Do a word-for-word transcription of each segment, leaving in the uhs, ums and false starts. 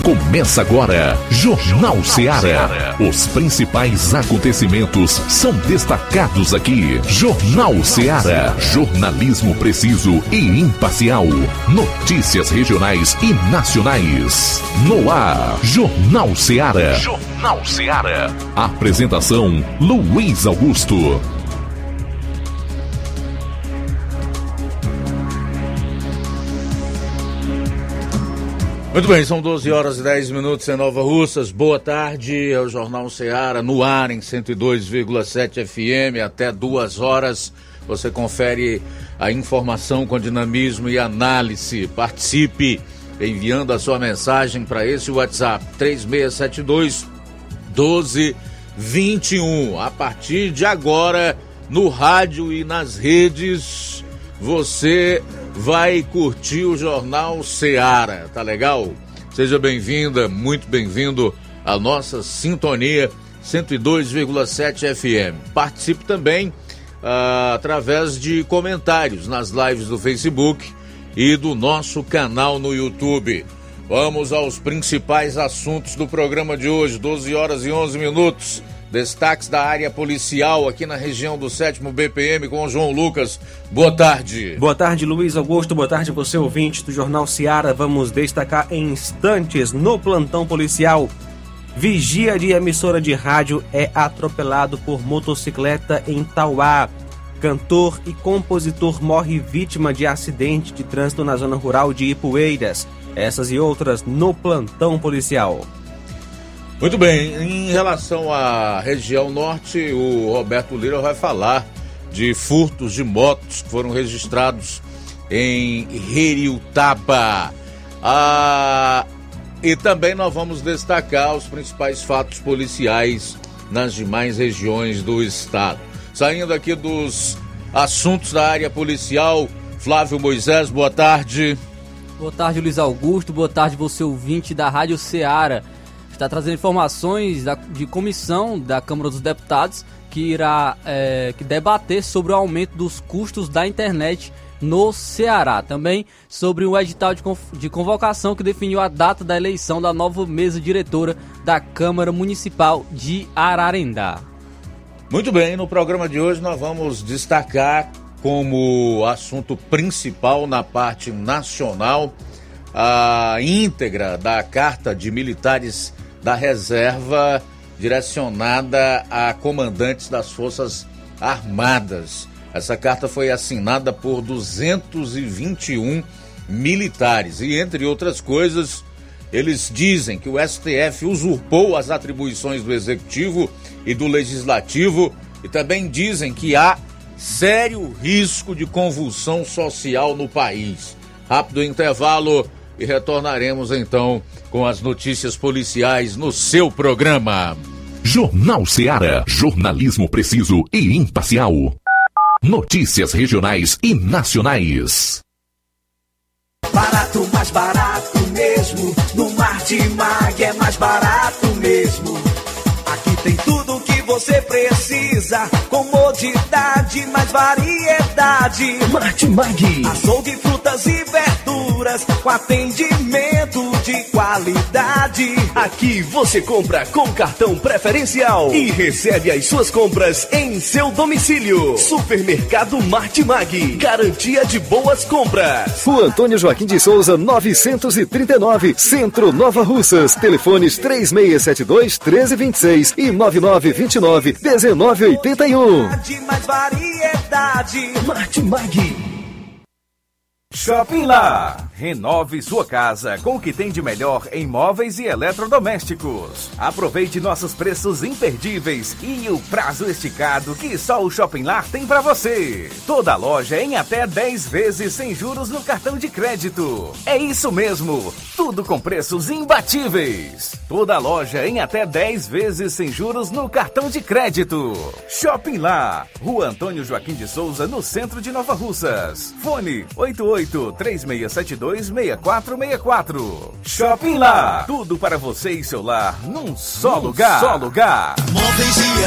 Começa agora, Jornal Ceará. Os principais acontecimentos são destacados aqui. Jornal Ceará. Jornalismo preciso e imparcial. Notícias regionais e nacionais. No ar, Jornal Ceará. Jornal Ceará. Apresentação, Luiz Augusto. Muito bem, são doze horas e dez minutos em Nova Russas. Boa tarde, é o Jornal Ceará no ar em cento e dois vírgula sete F M. Até duas horas você confere a informação com dinamismo e análise. Participe enviando a sua mensagem para esse WhatsApp três seis sete dois, um dois dois um. A partir de agora, no rádio e nas redes, você vai curtir o Jornal Ceará, tá legal? Seja bem-vinda, muito bem-vindo à nossa sintonia cento e dois vírgula sete F M. Participe também ah, através de comentários nas lives do Facebook e do nosso canal no YouTube. Vamos aos principais assuntos do programa de hoje, doze horas e onze minutos. Destaques da área policial aqui na região do sétimo B P M com o João Lucas. Boa tarde. Boa tarde, Luiz Augusto. Boa tarde, você ouvinte do Jornal Ceará. Vamos destacar em instantes no plantão policial. Vigia de emissora de rádio é atropelado por motocicleta em Tauá. Cantor e compositor morre vítima de acidente de trânsito na zona rural de Ipueiras. Essas e outras no plantão policial. Muito bem, em relação à região norte, o Roberto Lira vai falar de furtos de motos que foram registrados em Heriutaba. Ah, e também nós vamos destacar os principais fatos policiais nas demais regiões do estado. Saindo aqui dos assuntos da área policial, Flávio Moisés, boa tarde. Boa tarde, Luiz Augusto, boa tarde, você ouvinte da Rádio Ceará. Está trazendo informações da, de comissão da Câmara dos Deputados que irá é, que debater sobre o aumento dos custos da internet no Ceará. Também sobre o edital de, de convocação que definiu a data da eleição da nova mesa diretora da Câmara Municipal de Ararendá. Muito bem, no programa de hoje nós vamos destacar como assunto principal na parte nacional a íntegra da Carta de Militares da Reserva direcionada a comandantes das Forças Armadas. Essa carta foi assinada por duzentos e vinte e um militares e, entre outras coisas, eles dizem que o S T F usurpou as atribuições do Executivo e do Legislativo e também dizem que há sério risco de convulsão social no país. Rápido intervalo e retornaremos então com as notícias policiais no seu programa. Jornal Ceará, jornalismo preciso e imparcial. Notícias regionais e nacionais. Barato, mais barato mesmo. No Martimag é mais barato mesmo. Aqui tem tudo o que você precisa. Comodidade, mais variedade. Martimag. Açougue, frutas e verduras com atendimento de qualidade. Aqui você compra com cartão preferencial e recebe as suas compras em seu domicílio. Supermercado Martimag. Garantia de boas compras. Rua Antônio Joaquim de Souza, novecentos e trinta e nove, Centro, Nova Russas. Telefones três seis sete dois, um três dois seis e nove nove dois nove, um nove oito um. Mais variedade. Martimag. Shopping Lá. Renove sua casa com o que tem de melhor em móveis e eletrodomésticos. Aproveite nossos preços imperdíveis e o prazo esticado que só o Shopping Lá tem para você. Toda loja em até dez vezes sem juros no cartão de crédito. É isso mesmo, tudo com preços imbatíveis. Toda loja em até dez vezes sem juros no cartão de crédito. Shopping Lá, Rua Antônio Joaquim de Souza, no centro de Nova Russas. Fone oito oito três seis sete dois, seis quatro seis quatro. Shopping Lá, tudo para você e seu lar num só num lugar. Só lugar. Móveis e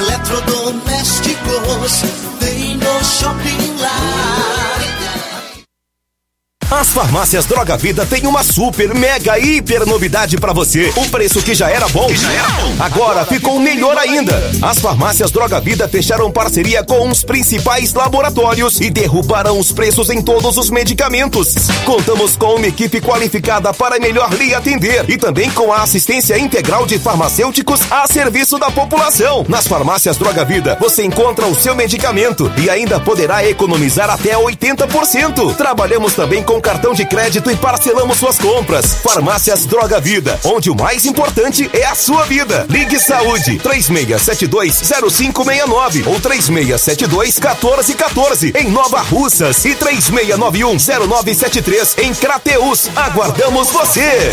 eletrodomésticos tem no Shopping Lá. As farmácias Droga Vida têm uma super, mega, hiper novidade pra você. O preço que já era bom, que já era bom. Agora ficou melhor ainda. As farmácias Droga Vida fecharam parceria com os principais laboratórios e derrubaram os preços em todos os medicamentos. Contamos com uma equipe qualificada para melhor lhe atender e também com a assistência integral de farmacêuticos a serviço da população. Nas farmácias Droga Vida, você encontra o seu medicamento e ainda poderá economizar até oitenta por cento. Trabalhamos também com cartão de crédito e parcelamos suas compras. Farmácias Droga Vida, onde o mais importante é a sua vida. Ligue Saúde três seis sete dois zero cinco seis nove ou três seis sete dois um quatro um quatro em Nova Russas e três seis nove um zero nove sete três em Crateús. Aguardamos você!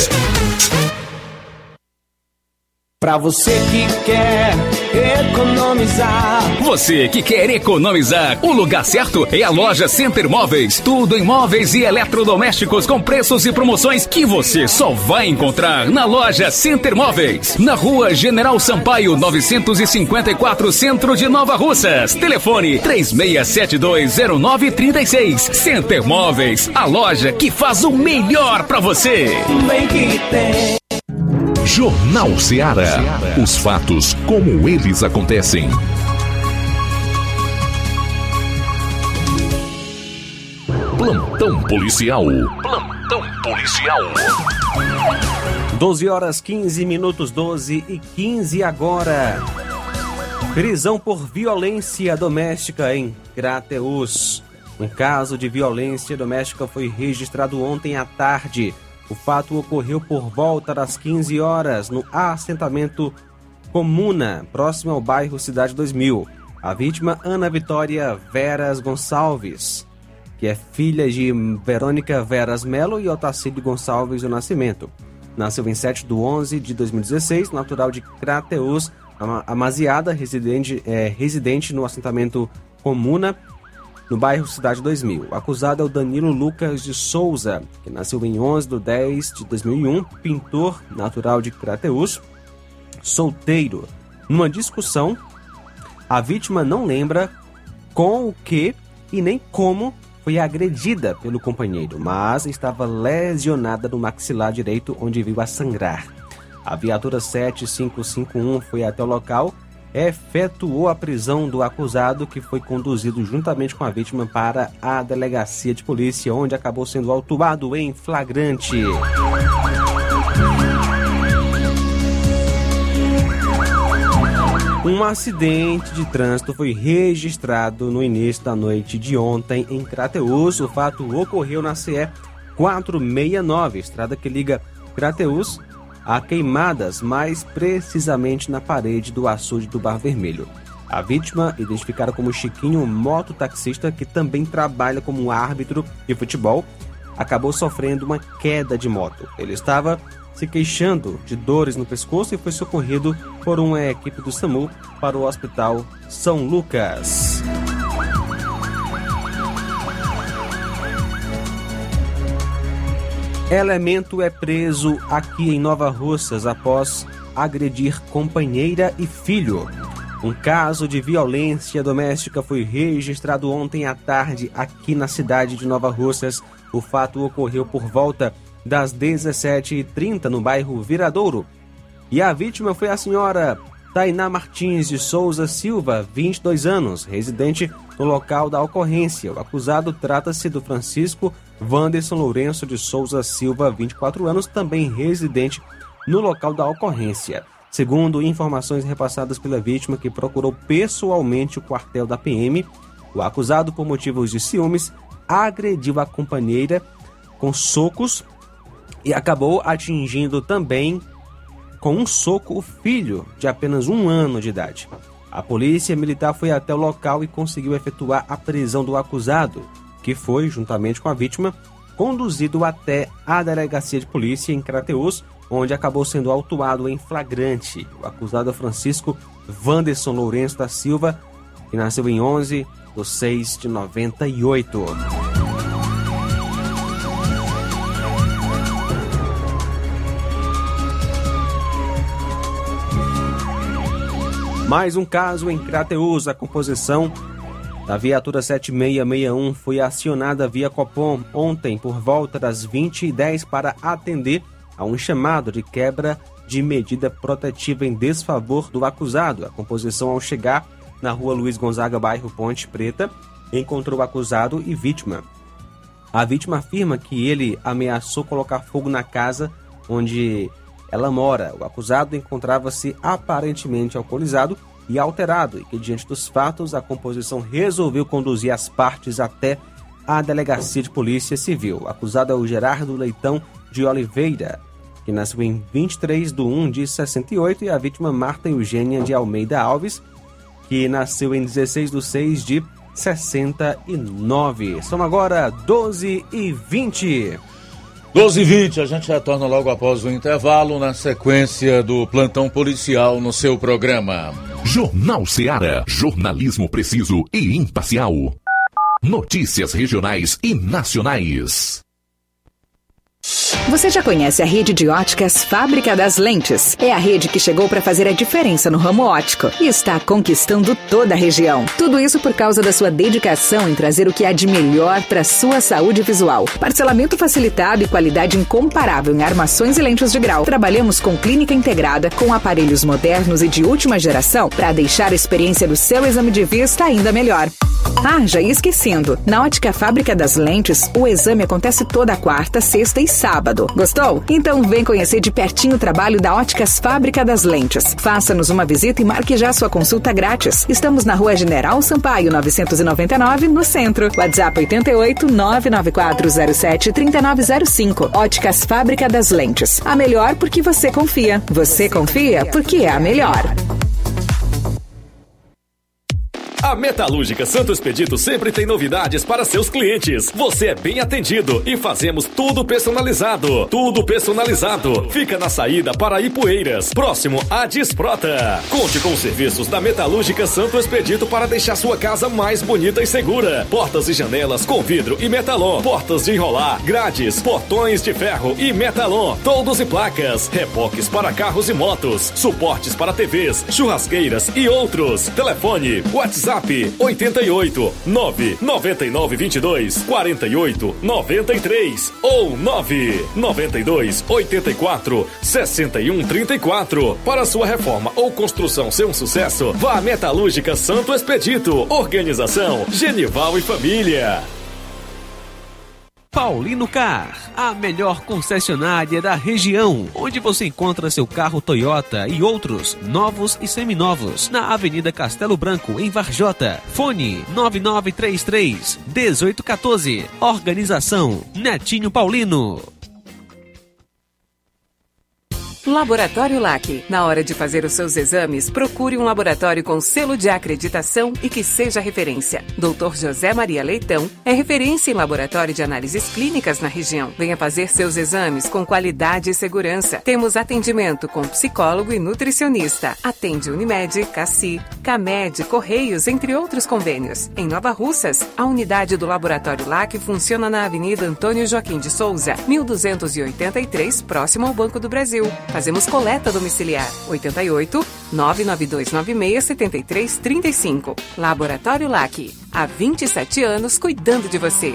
Pra você que quer economizar. Você que quer economizar, o lugar certo é a loja Center Móveis. Tudo em móveis e eletrodomésticos com preços e promoções que você só vai encontrar na loja Center Móveis. Na rua General Sampaio, novecentos e cinquenta e quatro, Centro de Nova Russas. Telefone três seis sete dois zero nove três seis. Center Móveis, a loja que faz o melhor pra você. Bem que tem. Jornal Ceará. Os fatos como eles acontecem. Plantão policial. Plantão policial. doze horas quinze minutos, doze e quinze agora. Prisão por violência doméstica em Crateús. Um caso de violência doméstica foi registrado ontem à tarde. O fato ocorreu por volta das quinze horas no assentamento Comuna, próximo ao bairro Cidade dois mil. A vítima, Ana Vitória Veras Gonçalves, que é filha de Verônica Veras Melo e Otacílio Gonçalves do Nascimento. Nasceu em sete de onze de dois mil e dezesseis, natural de Crateús, Amaziada, residente, é, residente no assentamento Comuna, no bairro Cidade dois mil. O acusado é o Danilo Lucas de Souza, que nasceu em onze de dez de dois mil e um, pintor natural de Crateús, solteiro. Numa discussão, a vítima não lembra com o que e nem como foi agredida pelo companheiro, mas estava lesionada no maxilar direito, onde viu a sangrar. A viatura sete cinco cinco um foi até o local, efetuou a prisão do acusado, que foi conduzido juntamente com a vítima para a delegacia de polícia, onde acabou sendo autuado em flagrante. Um acidente de trânsito foi registrado no início da noite de ontem em Crateús. O fato ocorreu na C E quatrocentos e sessenta e nove, estrada que liga Crateús a Queimadas, mais precisamente na parede do açude do Bar Vermelho. A vítima, identificada como Chiquinho, mototaxista, que também trabalha como árbitro de futebol, acabou sofrendo uma queda de moto. Ele estava se queixando de dores no pescoço e foi socorrido por uma equipe do SAMU para o Hospital São Lucas. Elemento é preso aqui em Nova Russas após agredir companheira e filho. Um caso de violência doméstica foi registrado ontem à tarde aqui na cidade de Nova Russas. O fato ocorreu por volta das dezessete e trinta no bairro Viradouro. E a vítima foi a senhora Tainá Martins de Souza Silva, vinte e dois anos, residente no local da ocorrência. O acusado trata-se do Francisco Wanderson Lourenço de Souza Silva, vinte e quatro anos, também residente no local da ocorrência. Segundo informações repassadas pela vítima, que procurou pessoalmente o quartel da P M, o acusado, por motivos de ciúmes, agrediu a companheira com socos e acabou atingindo também com um soco o filho de apenas um ano de idade. A polícia militar foi até o local e conseguiu efetuar a prisão do acusado, que foi, juntamente com a vítima, conduzido até a delegacia de polícia em Crateús, onde acabou sendo autuado em flagrante. O acusado é Francisco Wanderson Lourenço da Silva, que nasceu em onze de seis de noventa e oito. Mais um caso em Crateús. A composição A viatura sete seis seis um foi acionada via Copom ontem por volta das vinte e dez para atender a um chamado de quebra de medida protetiva em desfavor do acusado. A composição, ao chegar na rua Luiz Gonzaga, bairro Ponte Preta, encontrou o acusado e vítima. A vítima afirma que ele ameaçou colocar fogo na casa onde ela mora. O acusado encontrava-se aparentemente alcoolizado e alterado, e que, diante dos fatos, a composição resolveu conduzir as partes até a Delegacia de Polícia Civil. O acusado é o Gerardo Leitão de Oliveira, que nasceu em vinte e três de um de sessenta e oito, e a vítima Marta Eugênia de Almeida Alves, que nasceu em dezesseis de seis de sessenta e nove. São agora doze e vinte. doze e vinte, a gente retorna logo após o intervalo, na sequência do plantão policial no seu programa. Jornal Ceará, jornalismo preciso e imparcial. Notícias regionais e nacionais. Você já conhece a rede de óticas Fábrica das Lentes? É a rede que chegou para fazer a diferença no ramo óptico e está conquistando toda a região. Tudo isso por causa da sua dedicação em trazer o que há de melhor para sua saúde visual. Parcelamento facilitado e qualidade incomparável em armações e lentes de grau. Trabalhamos com clínica integrada, com aparelhos modernos e de última geração para deixar a experiência do seu exame de vista ainda melhor. Ah, já ia esquecendo. Na Ótica Fábrica das Lentes, o exame acontece toda quarta, sexta e sábado. Gostou? Então vem conhecer de pertinho o trabalho da Óticas Fábrica das Lentes. Faça-nos uma visita e marque já sua consulta grátis. Estamos na Rua General Sampaio, novecentos e noventa e nove, no centro. WhatsApp oito oito, nove nove quatro zero sete, três nove zero cinco. Óticas Fábrica das Lentes. A melhor porque você confia. Você confia porque é a melhor. A Metalúrgica Santo Expedito sempre tem novidades para seus clientes. Você é bem atendido e fazemos tudo personalizado. Tudo personalizado. Fica na saída para Ipueiras, próximo à Desprota. Conte com os serviços da Metalúrgica Santo Expedito para deixar sua casa mais bonita e segura. Portas e janelas com vidro e metalon. Portas de enrolar, grades, portões de ferro e metalon. Toldos e placas. Reboques para carros e motos. Suportes para T Vs, churrasqueiras e outros. Telefone, WhatsApp oito oito, nove nove nove dois dois, quatro oito nove três ou nove nove dois oito quatro, seis um três quatro. Para sua reforma ou construção ser um sucesso, vá à Metalúrgica Santo Expedito. Organização Genival e Família. Paulino Car, a melhor concessionária da região, onde você encontra seu carro Toyota e outros novos e seminovos, na Avenida Castelo Branco, em Varjota. Fone nove nove três três, um oito um quatro. Organização Netinho Paulino. Laboratório L A C. Na hora de fazer os seus exames, procure um laboratório com selo de acreditação e que seja referência. doutor José Maria Leitão é referência em laboratório de análises clínicas na região. Venha fazer seus exames com qualidade e segurança. Temos atendimento com psicólogo e nutricionista. Atende Unimed, Cassi, Camed, Correios, entre outros convênios. Em Nova Russas, a unidade do Laboratório L A C funciona na Avenida Antônio Joaquim de Souza, mil duzentos e oitenta e três, próximo ao Banco do Brasil. Fazemos coleta domiciliar. oito oito, nove nove dois nove seis, sete três três cinco. Laboratório L A C. Há vinte e sete anos cuidando de você.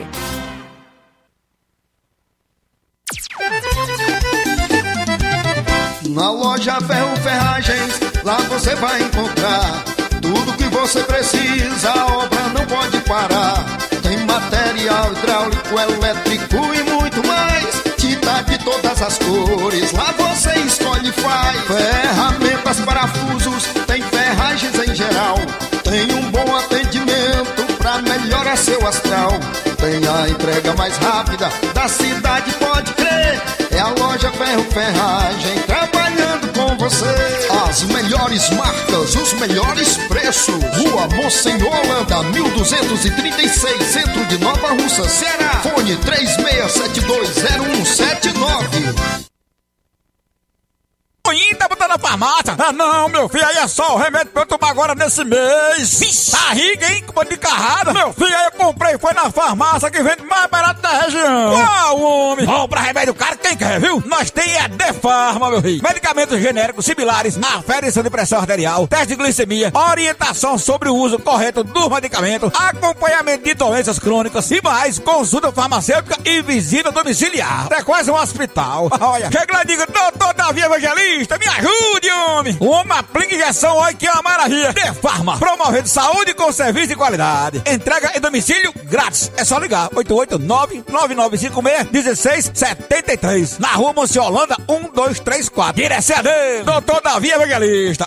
Na loja Ferro Ferragens, lá você vai encontrar tudo que você precisa, a obra não pode parar. Tem material hidráulico, elétrico e muito mais. Tinta de todas as cores, lá você escolhe e faz. Ferramentas, parafusos, tem ferragens em geral. Tem um bom atendimento pra melhorar seu astral. Tem a entrega mais rápida da cidade, pode crer. É a loja Ferro Ferragem trabalhando com você. As melhores marcas, os melhores preços. Rua Monsenhor Holanda, mil duzentos e trinta e seis, centro de Nova Russa, Ceará. Fone três seis sete dois zero um sete nove. botar na farmácia. Ah, não, meu filho, aí é só o remédio pra eu tomar agora nesse mês. Vixe, barriga, hein, com de carrada. Meu filho, aí eu comprei, foi na farmácia que vende mais barato da região. Qual, homem? Bom, pra remédio caro, quem quer, viu? Nós tem é Defarma, meu filho. Medicamentos genéricos similares, aferição de pressão arterial, teste de glicemia, orientação sobre o uso correto do medicamento, acompanhamento de doenças crônicas e mais, consulta farmacêutica e visita domiciliar. É quase um hospital. Olha, chega lá e diga, doutor Davi Evangelista, me ajude, homem. Uma aplica injeção, olha que é uma maravilha. Defarma, promovendo saúde com serviço de qualidade. Entrega em domicílio grátis. É só ligar, oito oito nove, nove nove cinco seis, um seis sete três. Na rua Monsiolanda, um dois três quatro. Direção dele, doutor Davi Evangelista.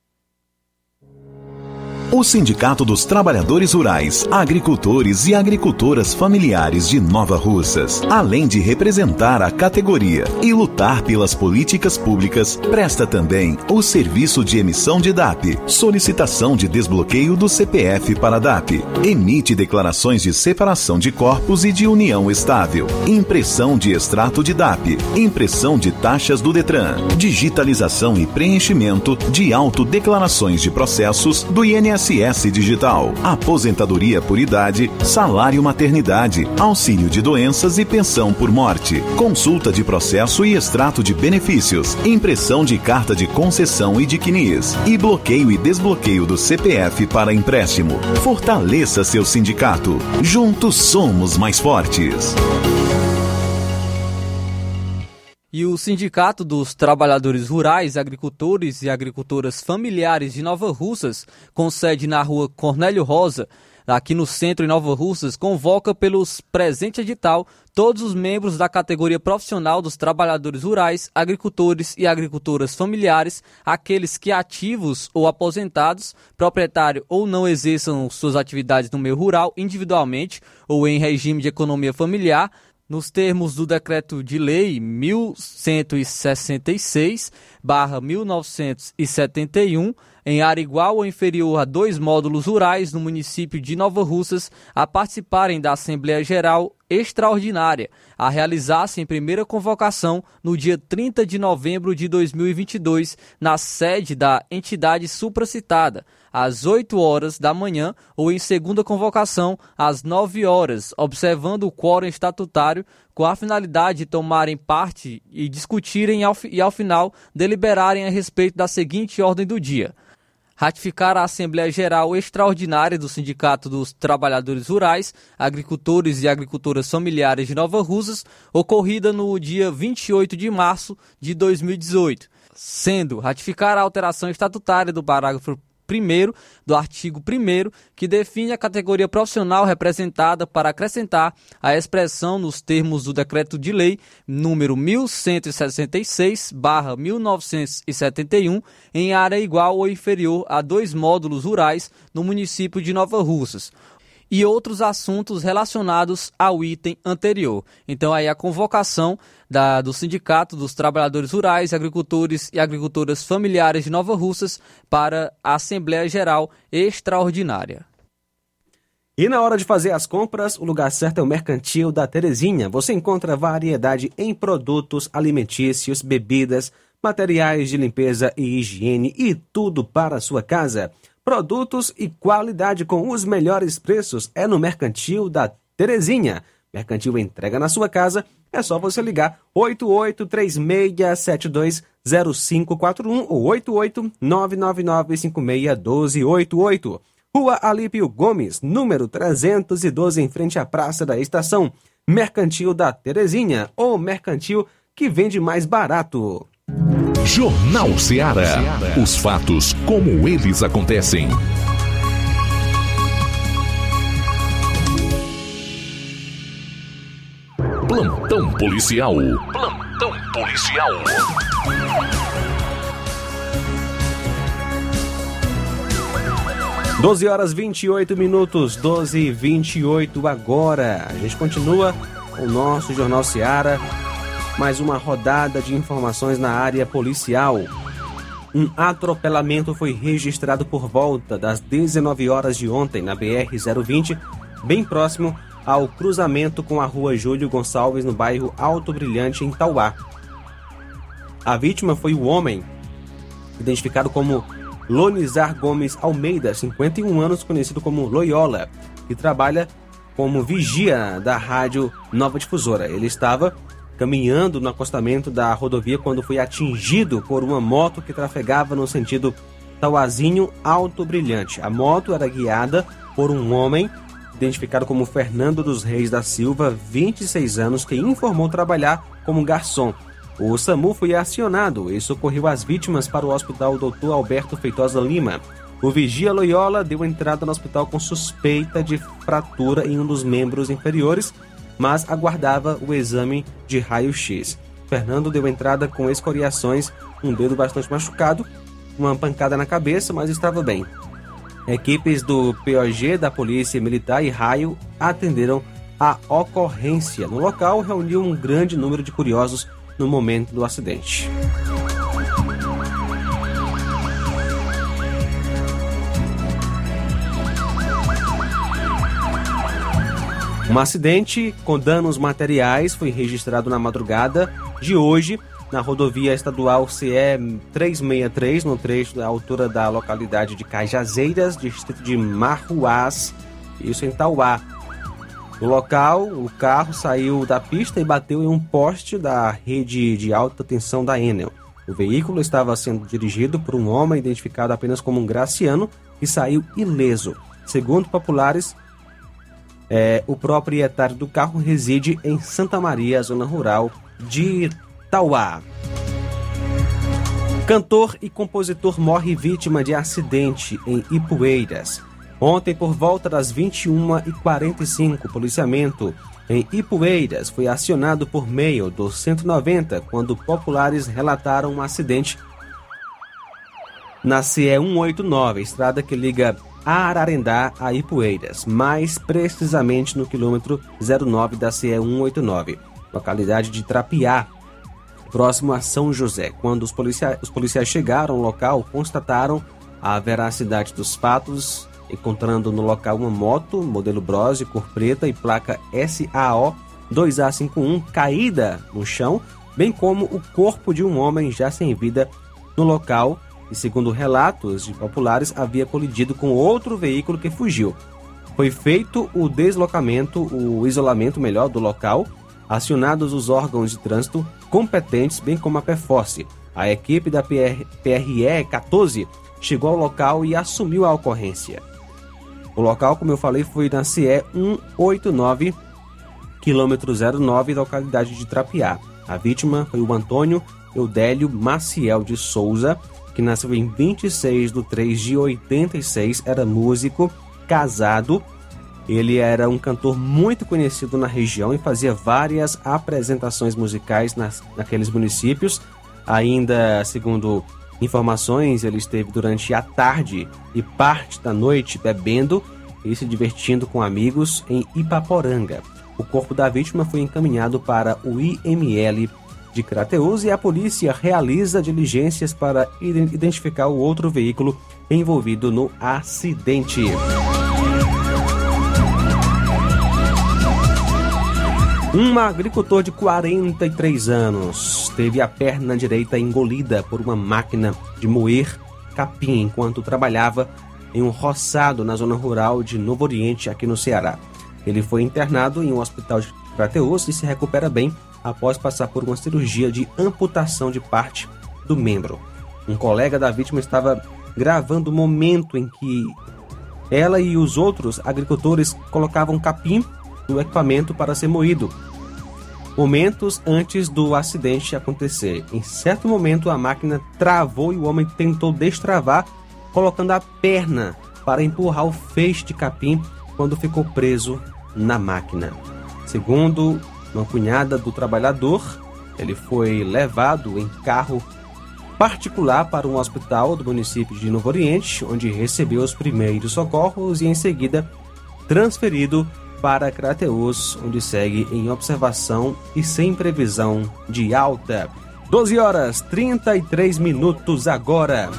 O Sindicato dos Trabalhadores Rurais, Agricultores e Agricultoras Familiares de Nova Russas, além de representar a categoria e lutar pelas políticas públicas, presta também o serviço de emissão de D A P, solicitação de desbloqueio do C P F para D A P, emite declarações de separação de corpos e de união estável, impressão de extrato de D A P, impressão de taxas do Detran, digitalização e preenchimento de autodeclarações de processos do I N S S Digital, aposentadoria por idade, salário maternidade, auxílio de doenças e pensão por morte, consulta de processo e extrato de benefícios, impressão de carta de concessão e de C N I S, e bloqueio e desbloqueio do C P F para empréstimo. Fortaleça seu sindicato. Juntos somos mais fortes. E o Sindicato dos Trabalhadores Rurais, Agricultores e Agricultoras Familiares de Nova Russas, com sede na rua Cornélio Rosa, aqui no centro em Nova Russas, convoca pelos presente edital todos os membros da categoria profissional dos trabalhadores rurais, agricultores e agricultoras familiares, aqueles que ativos ou aposentados, proprietário ou não exerçam suas atividades no meio rural individualmente ou em regime de economia familiar, nos termos do Decreto de Lei mil cento e sessenta e seis barra mil novecentos e setenta e um, em área igual ou inferior a dois módulos rurais no município de Nova Russas, a participarem da Assembleia Geral Extraordinária, a realizar-se em primeira convocação no dia trinta de novembro de dois mil e vinte e dois, na sede da entidade supracitada, às oito horas da manhã, ou em segunda convocação, às nove horas, observando o quórum estatutário, com a finalidade de tomarem parte e discutirem ao, e, ao final, deliberarem a respeito da seguinte ordem do dia: ratificar a Assembleia Geral Extraordinária do Sindicato dos Trabalhadores Rurais, Agricultores e Agricultoras Familiares de Nova Russas, ocorrida no dia vinte e oito de março de dois mil e dezoito, sendo ratificar a alteração estatutária do parágrafo primeiro do artigo primeiro, que define a categoria profissional representada, para acrescentar a expressão nos termos do Decreto de Lei número mil cento e sessenta e seis barra mil novecentos e setenta e um, em área igual ou inferior a dois módulos rurais no município de Nova Russas, e outros assuntos relacionados ao item anterior. Então aí a convocação da, do Sindicato dos Trabalhadores Rurais, Agricultores e Agricultoras Familiares de Nova Russas para a Assembleia Geral Extraordinária. E na hora de fazer as compras, o lugar certo é o Mercantil da Terezinha. Você encontra variedade em produtos alimentícios, bebidas, materiais de limpeza e higiene e tudo para a sua casa. Produtos e qualidade com os melhores preços é no Mercantil da Terezinha. Mercantil entrega na sua casa, é só você ligar oito oito três seis sete dois zero cinco quatro um ou oito oito nove nove nove cinco seis um dois oito oito. Rua Alípio Gomes, número trezentos e doze, em frente à Praça da Estação. Mercantil da Terezinha, ou mercantil que vende mais barato. Jornal Ceará. Os fatos como eles acontecem. Plantão policial. Plantão policial. doze horas e vinte e oito minutos, doze e vinte e oito agora. A gente continua com o nosso Jornal Ceará. Mais uma rodada de informações na área policial. Um atropelamento foi registrado por volta das dezenove horas de ontem na B R zero vinte, bem próximo ao cruzamento com a rua Júlio Gonçalves, no bairro Alto Brilhante, em Tauá. A vítima foi o homem identificado como Lonizar Gomes Almeida, cinquenta e um anos, conhecido como Loyola, que trabalha como vigia da rádio Nova Difusora. Ele estava caminhando no acostamento da rodovia quando foi atingido por uma moto que trafegava no sentido Tauazinho Alto Brilhante. A moto era guiada por um homem identificado como Fernando dos Reis da Silva, vinte e seis anos, que informou trabalhar como garçom. O SAMU foi acionado e socorreu as vítimas para o hospital doutor Alberto Feitosa Lima. O vigia Loyola deu entrada no hospital com suspeita de fratura em um dos membros inferiores, mas aguardava o exame de raio-x. Fernando deu entrada com escoriações, um dedo bastante machucado, uma pancada na cabeça, mas estava bem. Equipes do P O G, da Polícia Militar e Raio atenderam a ocorrência. No local, reuniu um grande número de curiosos no momento do acidente. Um acidente com danos materiais foi registrado na madrugada de hoje na rodovia estadual C E trezentos e sessenta e três, no trecho da altura da localidade de Cajazeiras, distrito de Marruás, isso em Tauá. No local, o carro saiu da pista e bateu em um poste da rede de alta tensão da Enel. O veículo estava sendo dirigido por um homem identificado apenas como um Graciano e saiu ileso. Segundo populares, é, o proprietário do carro reside em Santa Maria, zona rural de Tauá. Cantor e compositor morre vítima de acidente em Ipueiras. Ontem, por volta das vinte e uma e quarenta e cinco, o policiamento em Ipueiras foi acionado por meio do cento e noventa quando populares relataram um acidente na C E cento e oitenta e nove, estrada que liga Ararendá a Ipueiras, mais precisamente no quilômetro zero nove da C E cento e oitenta e nove, localidade de Trapiá, próximo a São José. Quando os policiais, os policiais chegaram ao local, constataram a veracidade dos fatos, encontrando no local uma moto, modelo Brose, cor preta e placa S A O dois A cinquenta e um, caída no chão, bem como o corpo de um homem já sem vida no local e, segundo relatos de populares, havia colidido com outro veículo que fugiu. Foi feito o deslocamento, o isolamento melhor do local, acionados os órgãos de trânsito competentes, bem como a PEFORCE. A equipe da P R E quatorze chegou ao local e assumiu a ocorrência. O local, como eu falei, foi na C E cento e oitenta e nove, quilômetro zero nove, localidade de Trapiá. A vítima foi o Antônio Eudélio Maciel de Souza, que nasceu em vinte e seis de três de oitenta e seis, era músico, casado. Ele era um cantor muito conhecido na região e fazia várias apresentações musicais nas, naqueles municípios. Ainda, segundo informações, ele esteve durante a tarde e parte da noite bebendo e se divertindo com amigos em Ipaporanga. O corpo da vítima foi encaminhado para o I M L de Crateús e a polícia realiza diligências para identificar o outro veículo envolvido no acidente. Um agricultor de quarenta e três anos teve a perna direita engolida por uma máquina de moer capim enquanto trabalhava em um roçado na zona rural de Novo Oriente, aqui no Ceará. Ele foi internado em um hospital de Crateús e se recupera bem após passar por uma cirurgia de amputação de parte do membro. Um colega da vítima estava gravando o momento em que ela e os outros agricultores colocavam capim no equipamento para ser moído, momentos antes do acidente acontecer. Em certo momento, a máquina travou e o homem tentou destravar, colocando a perna para empurrar o feixe de capim quando ficou preso na máquina. Segundo uma cunhada do trabalhador, ele foi levado em carro particular para um hospital do município de Novo Oriente, onde recebeu os primeiros socorros e em seguida transferido para Crateús, onde segue em observação e sem previsão de alta. doze horas e trinta e três minutos agora.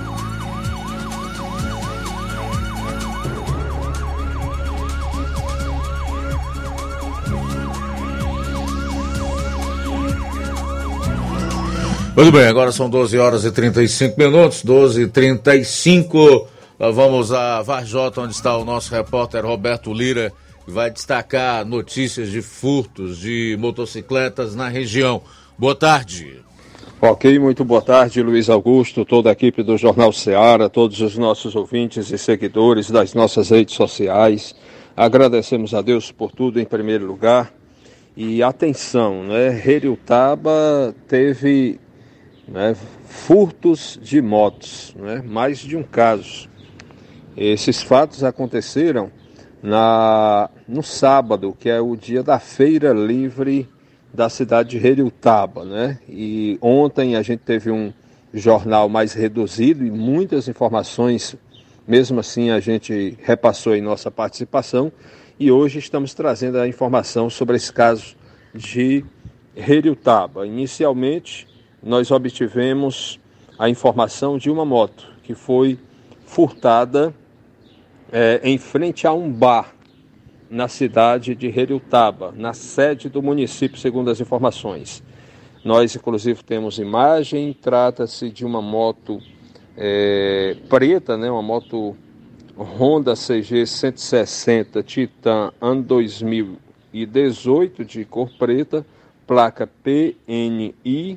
Muito bem, agora são doze horas e trinta e cinco minutos, doze e trinta e cinco. Vamos a Varjota, onde está o nosso repórter Roberto Lira, que vai destacar notícias de furtos de motocicletas na região. Boa tarde. Ok, muito boa tarde, Luiz Augusto, toda a equipe do Jornal Ceará, todos os nossos ouvintes e seguidores das nossas redes sociais. Agradecemos a Deus por tudo em primeiro lugar. E atenção, né? Heriutaba teve, né, furtos de motos, né? Mais de um caso. Esses fatos aconteceram na, no sábado, que é o dia da Feira Livre da cidade de Heriutaba, né? E ontem a gente teve um jornal mais reduzido e muitas informações, mesmo assim a gente repassou em nossa participação. E hoje estamos trazendo a informação sobre esse caso de Heriutaba. Inicialmente, nós obtivemos a informação de uma moto que foi furtada é, em frente a um bar na cidade de Heriutaba, na sede do município, segundo as informações. Nós, inclusive, temos imagem, trata-se de uma moto é, preta, né, uma moto Honda C G cento e sessenta Titan ano dois mil e dezoito, de cor preta, placa P N I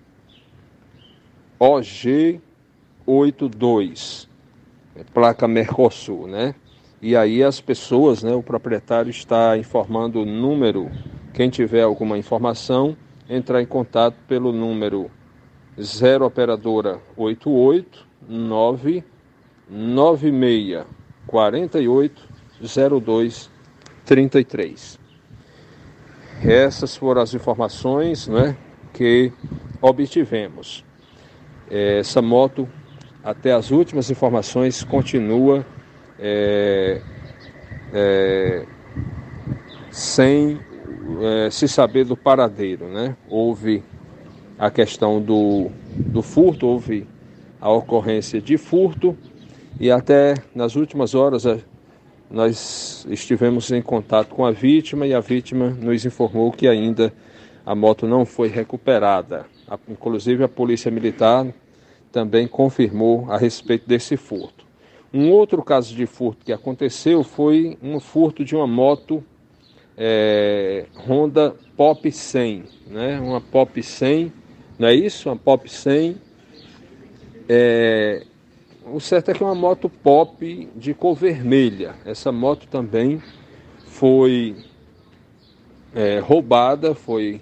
O G oitenta e dois, placa Mercosul, né? E aí as pessoas, né, o proprietário está informando o número, quem tiver alguma informação, entrar em contato pelo número zero operadora oitenta e oito nove nove seis quatro oito zero dois três três. Essas foram as informações, né, que obtivemos. Essa moto, até as últimas informações, continua é, é, sem é, se saber do paradeiro, né? Houve a questão do, do furto, houve a ocorrência de furto, e até nas últimas horas nós estivemos em contato com a vítima, e a vítima nos informou que ainda a moto não foi recuperada. A, inclusive a Polícia Militar também confirmou a respeito desse furto. Um outro caso de furto que aconteceu foi um furto de uma moto é, Honda Pop cem, né? Uma Pop cem, não é isso? Uma Pop cem. É, o certo é que é uma moto Pop de cor vermelha. Essa moto também foi é, roubada, foi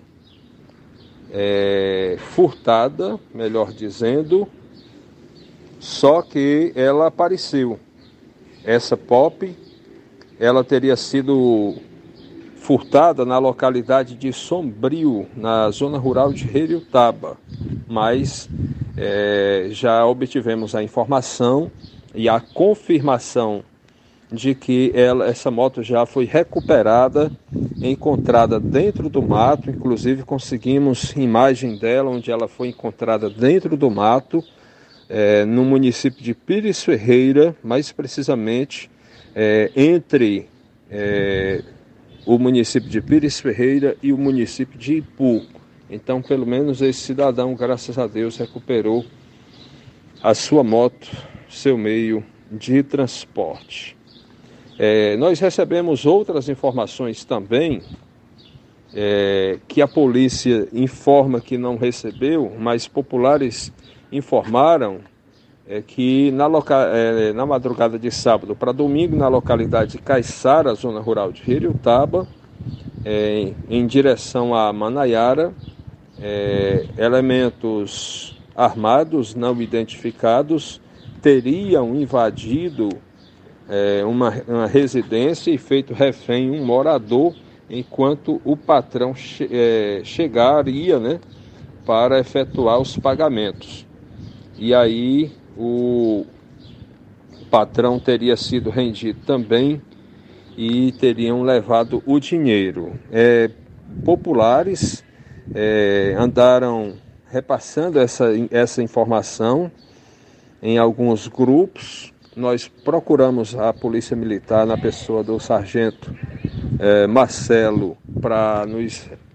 é, furtada, melhor dizendo, só que ela apareceu. Essa Pop, ela teria sido furtada na localidade de Sombrio, na zona rural de Heriutaba, mas é, já obtivemos a informação e a confirmação de que ela, essa moto já foi recuperada, encontrada dentro do mato. Inclusive conseguimos imagem dela, onde ela foi encontrada dentro do mato, é, no município de Pires Ferreira, mais precisamente é, entre é, o município de Pires Ferreira e o município de Ipu. Então, pelo menos esse cidadão, graças a Deus, recuperou a sua moto, seu meio de transporte. É, nós recebemos outras informações também, é, que a polícia informa que não recebeu, mas populares informaram é, que na, loca... é, na madrugada de sábado para domingo, na localidade de Caiçara, zona rural de Heriutaba, é, em direção a Manaiara, é, elementos armados não identificados teriam invadido é, uma, uma residência e feito refém um morador, enquanto o patrão che, é, chegaria, né, para efetuar os pagamentos. E aí o patrão teria sido rendido também e teriam levado o dinheiro. É, populares é, andaram repassando essa, essa informação em alguns grupos. Nós procuramos a Polícia Militar na pessoa do sargento é, Marcelo para nos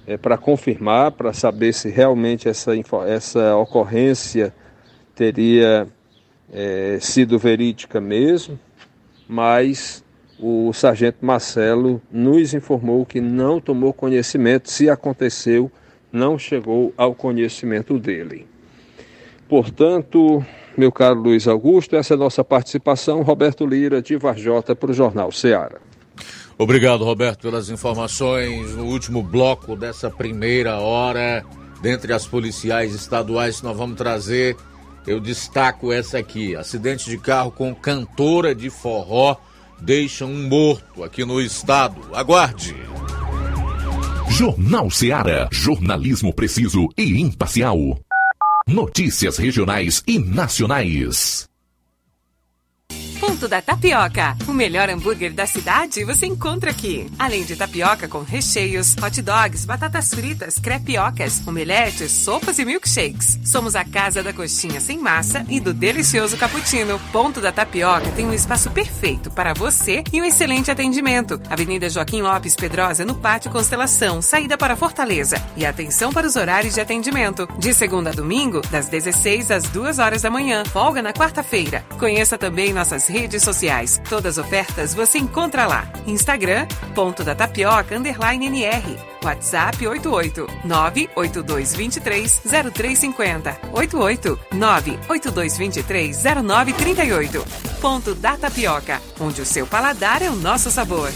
é, para confirmar, para saber se realmente essa, essa ocorrência teria é, sido verídica mesmo, mas o sargento Marcelo nos informou que não tomou conhecimento, se aconteceu, não chegou ao conhecimento dele. Portanto, meu caro Luiz Augusto, essa é a nossa participação. Roberto Lira, de Varjota, para o Jornal Ceará. Obrigado, Roberto, pelas informações. No último bloco dessa primeira hora, dentre as policiais estaduais que nós vamos trazer, eu destaco essa aqui. Acidente de carro com cantora de forró deixa um morto aqui no estado. Aguarde. Jornal Ceará. Jornalismo preciso e imparcial. Notícias regionais e nacionais. Ponto da Tapioca. O melhor hambúrguer da cidade você encontra aqui. Além de tapioca com recheios, hot dogs, batatas fritas, crepiocas, omeletes, sopas e milkshakes. Somos a casa da coxinha sem massa e do delicioso cappuccino. Ponto da Tapioca tem um espaço perfeito para você e um excelente atendimento. Avenida Joaquim Lopes Pedrosa, no Pátio Constelação, saída para Fortaleza. E atenção para os horários de atendimento. De segunda a domingo, das dezesseis às duas horas da manhã. Folga na quarta-feira. Conheça também nossas redes sociais. Todas as ofertas você encontra lá. Instagram, ponto da tapioca, underline N R. WhatsApp oito oito nove oito dois dois três zero três cinco zero. oito oito nove oito dois dois três zero nove três oito. Ponto da Tapioca, onde o seu paladar é o nosso sabor.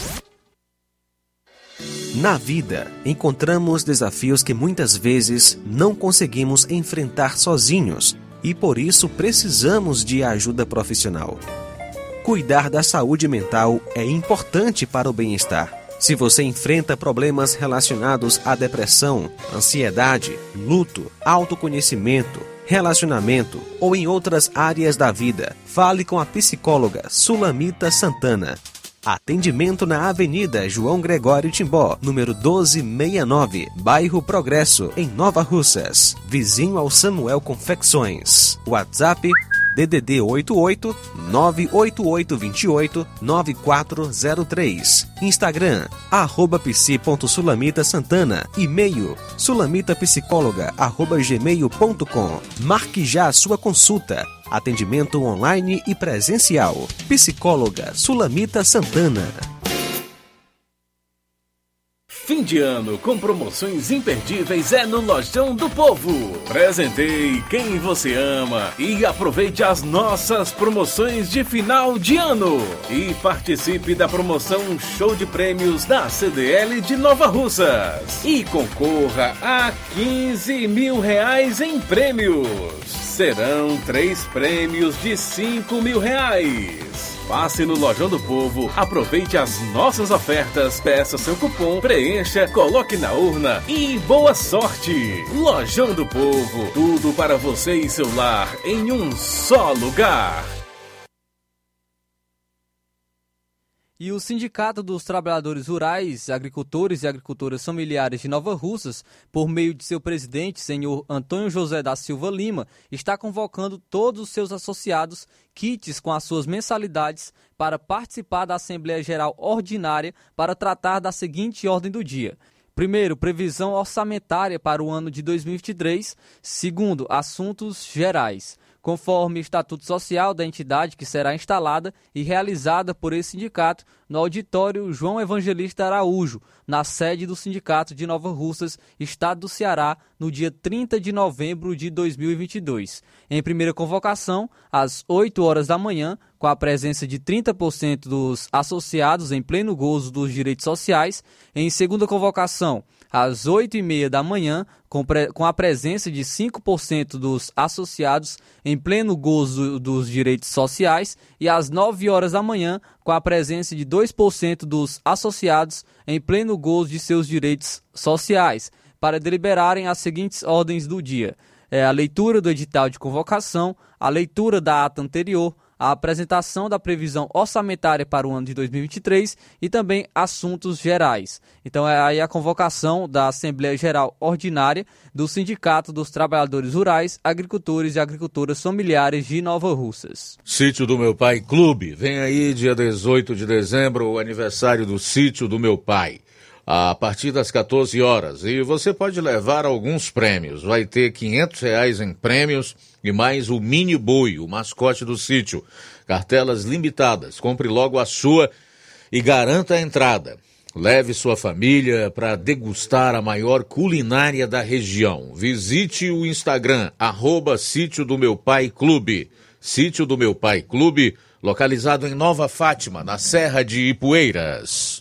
Na vida, encontramos desafios que muitas vezes não conseguimos enfrentar sozinhos. E por isso precisamos de ajuda profissional. Cuidar da saúde mental é importante para o bem-estar. Se você enfrenta problemas relacionados à depressão, ansiedade, luto, autoconhecimento, relacionamento ou em outras áreas da vida, fale com a psicóloga Sulamita Santana. Atendimento na Avenida João Gregório Timbó, número doze sessenta e nove, bairro Progresso, em Nova Russas, vizinho ao Samuel Confecções. WhatsApp D D D oito oito nove oito oito dois oito nove quatro zero três. Instagram, arroba psi.sulamita Santana. E-mail, sulamitapsicóloga, arroba gmail ponto com. Marque já a sua consulta. Atendimento online e presencial. Psicóloga Sulamita Santana. Fim de ano com promoções imperdíveis é no Lojão do Povo. Presenteie quem você ama e aproveite as nossas promoções de final de ano. E participe da promoção Show de Prêmios da C D L de Nova Russas. E concorra a quinze mil reais em prêmios. Serão três prêmios de cinco mil reais. Passe no Lojão do Povo, aproveite as nossas ofertas, peça seu cupom, preencha, coloque na urna e boa sorte! Lojão do Povo, tudo para você e seu lar em um só lugar. E o Sindicato dos Trabalhadores Rurais, Agricultores e Agricultoras Familiares de Nova Russas, por meio de seu presidente, senhor Antônio José da Silva Lima, está convocando todos os seus associados kits com as suas mensalidades para participar da Assembleia Geral Ordinária para tratar da seguinte ordem do dia. Primeiro, previsão orçamentária para o ano de dois mil e vinte e três. Segundo, assuntos gerais, conforme Estatuto Social da entidade que será instalada e realizada por esse sindicato no auditório João Evangelista Araújo, na sede do Sindicato de Nova Russas, Estado do Ceará, no dia trinta de novembro de dois mil e vinte e dois. Em primeira convocação, às oito horas da manhã, com a presença de trinta por cento dos associados em pleno gozo dos direitos sociais. Em segunda convocação, às oito e meia da manhã, com, pre... com a presença de cinco por cento dos associados em pleno gozo dos direitos sociais. E às nove horas da manhã, com a presença de dois por cento dos associados em pleno gozo de seus direitos sociais, para deliberarem as seguintes ordens do dia. É a leitura do edital de convocação, a leitura da ata anterior, a apresentação da previsão orçamentária para o ano de dois mil e vinte e três e também assuntos gerais. Então é aí a convocação da Assembleia Geral Ordinária do Sindicato dos Trabalhadores Rurais, Agricultores e Agricultoras Familiares de Nova Russas. Sítio do Meu Pai Clube. Vem aí dia dezoito de dezembro o aniversário do Sítio do Meu Pai. a partir das quatorze horas. E você pode levar alguns prêmios. Vai ter quinhentos reais em prêmios e mais o Mini Boi, o mascote do sítio. Cartelas limitadas. Compre logo a sua e garanta a entrada. Leve sua família para degustar a maior culinária da região. Visite o Instagram, arroba Sítio do Meu Pai Clube. Sítio do Meu Pai Clube, localizado em Nova Fátima, na Serra de Ipueiras.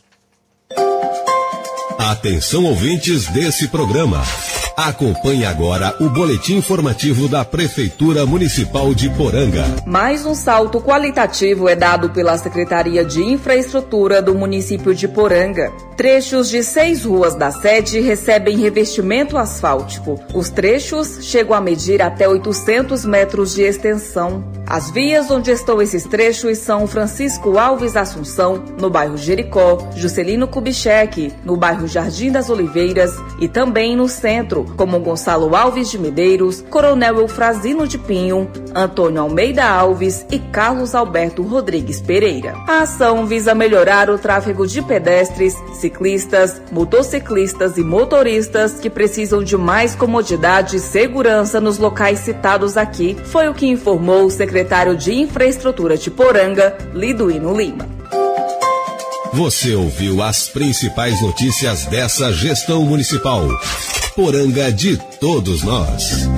Atenção, ouvintes desse programa. Acompanhe agora o boletim informativo da Prefeitura Municipal de Poranga. Mais um salto qualitativo é dado pela Secretaria de Infraestrutura do município de Poranga. Trechos de seis ruas da sede recebem revestimento asfáltico. Os trechos chegam a medir até oitocentos metros de extensão. As vias onde estão esses trechos são Francisco Alves Assunção, no bairro Jericó, Juscelino Kubitschek, no bairro Jardim das Oliveiras e também no centro, como Gonçalo Alves de Medeiros, Coronel Eufrazino de Pinho, Antônio Almeida Alves e Carlos Alberto Rodrigues Pereira. A ação visa melhorar o tráfego de pedestres, ciclistas, motociclistas e motoristas que precisam de mais comodidade e segurança nos locais citados aqui, foi o que informou o secretário de Infraestrutura de Poranga, Liduíno Lima. Você ouviu as principais notícias dessa gestão municipal. Poranga de todos nós.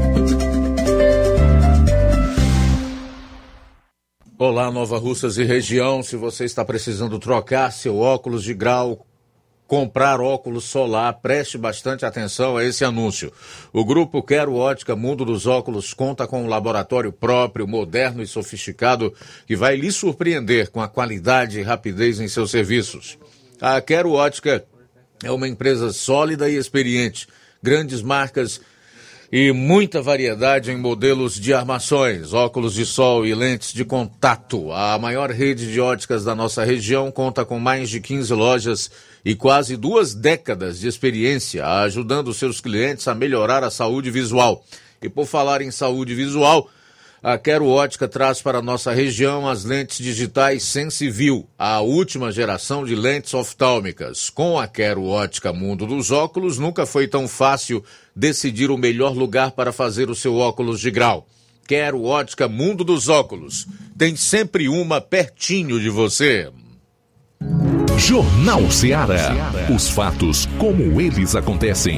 Olá, Nova Russas e região. Se você está precisando trocar seu óculos de grau, comprar óculos solar, preste bastante atenção a esse anúncio. O grupo Quero Ótica Mundo dos Óculos conta com um laboratório próprio, moderno e sofisticado, que vai lhe surpreender com a qualidade e rapidez em seus serviços. A Quero Ótica é uma empresa sólida e experiente, grandes marcas e muita variedade em modelos de armações, óculos de sol e lentes de contato. A maior rede de óticas da nossa região conta com mais de quinze lojas e quase duas décadas de experiência, ajudando seus clientes a melhorar a saúde visual. E por falar em saúde visual, a Quero Ótica traz para a nossa região as lentes digitais Sensiview, a última geração de lentes oftálmicas. Com a Quero Ótica Mundo dos Óculos, nunca foi tão fácil decidir o melhor lugar para fazer o seu óculos de grau. Quero Ótica Mundo dos Óculos. Tem sempre uma pertinho de você. Jornal Ceará. Os fatos como eles acontecem.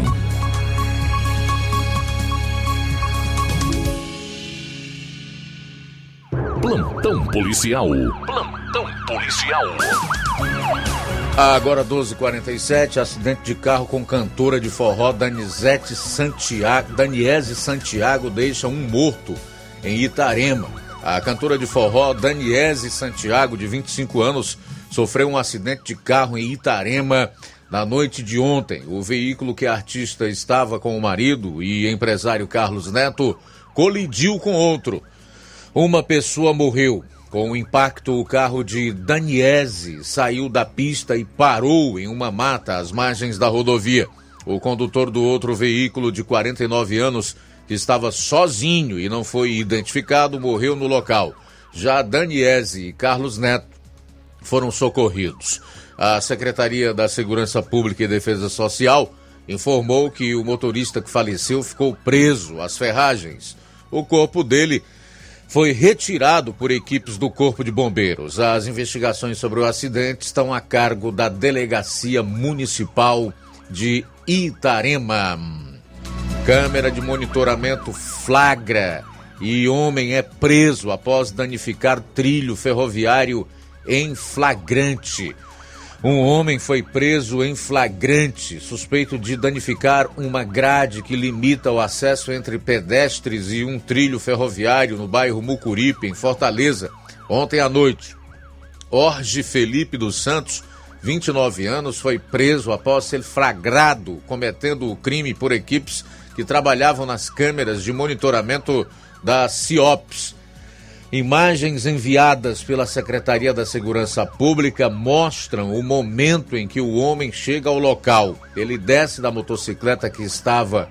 Plantão policial. Plantão policial. Agora doze e quarenta e sete, acidente de carro com cantora de forró Danizete Santiago, Daniese Santiago deixa um morto em Itarema. A cantora de forró Daniese Santiago, de vinte e cinco anos, sofreu um acidente de carro em Itarema na noite de ontem. O veículo que a artista estava com o marido e empresário Carlos Neto colidiu com outro. Uma pessoa morreu. Com o impacto, o carro de Daniese saiu da pista e parou em uma mata às margens da rodovia. O condutor do outro veículo, de quarenta e nove anos, que estava sozinho e não foi identificado, morreu no local. Já Daniese e Carlos Neto foram socorridos. A Secretaria da Segurança Pública e Defesa Social informou que o motorista que faleceu ficou preso às ferragens. O corpo dele foi retirado por equipes do Corpo de Bombeiros. As investigações sobre o acidente estão a cargo da Delegacia Municipal de Itarema. Câmera de monitoramento flagra e homem é preso após danificar trilho ferroviário em flagrante. Um homem foi preso em flagrante, suspeito de danificar uma grade que limita o acesso entre pedestres e um trilho ferroviário no bairro Mucuripe, em Fortaleza, ontem à noite. Jorge Felipe dos Santos, vinte e nove anos, foi preso após ser flagrado cometendo o crime por equipes que trabalhavam nas câmeras de monitoramento da CIOPS. Imagens enviadas pela Secretaria da Segurança Pública mostram o momento em que o homem chega ao local. Ele desce da motocicleta que estava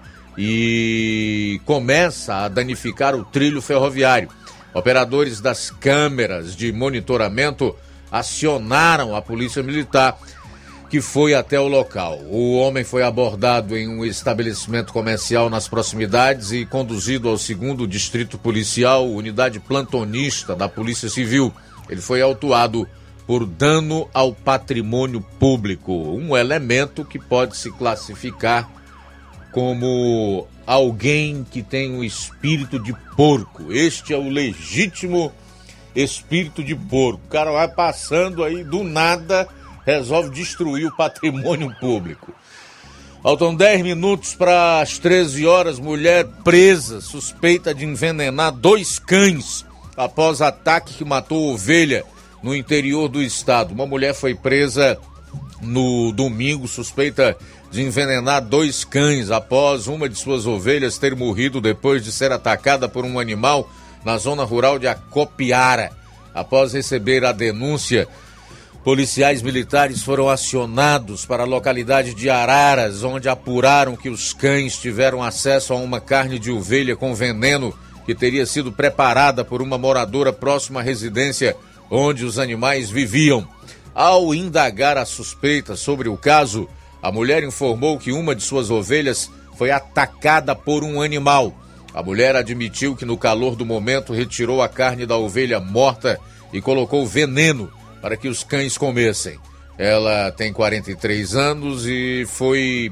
e começa a danificar o trilho ferroviário. Operadores das câmeras de monitoramento acionaram a Polícia Militar que foi até o local. O homem foi abordado em um estabelecimento comercial nas proximidades e conduzido ao segundo distrito policial, unidade plantonista da Polícia Civil. Ele foi autuado por dano ao patrimônio público, um elemento que pode se classificar como alguém que tem um espírito de porco. Este é o legítimo espírito de porco. O cara vai passando aí, do nada, resolve destruir o patrimônio público. Faltam dez minutos para as treze horas, mulher presa, suspeita de envenenar dois cães após ataque que matou ovelha no interior do estado. Uma mulher foi presa no domingo, suspeita de envenenar dois cães após uma de suas ovelhas ter morrido depois de ser atacada por um animal na zona rural de Acopiara. Após receber a denúncia, policiais militares foram acionados para a localidade de Araras, onde apuraram que os cães tiveram acesso a uma carne de ovelha com veneno que teria sido preparada por uma moradora próxima à residência onde os animais viviam. Ao indagar a suspeita sobre o caso, a mulher informou que uma de suas ovelhas foi atacada por um animal. A mulher admitiu que no calor do momento retirou a carne da ovelha morta e colocou veneno para que os cães comessem. Ela tem quarenta e três anos e foi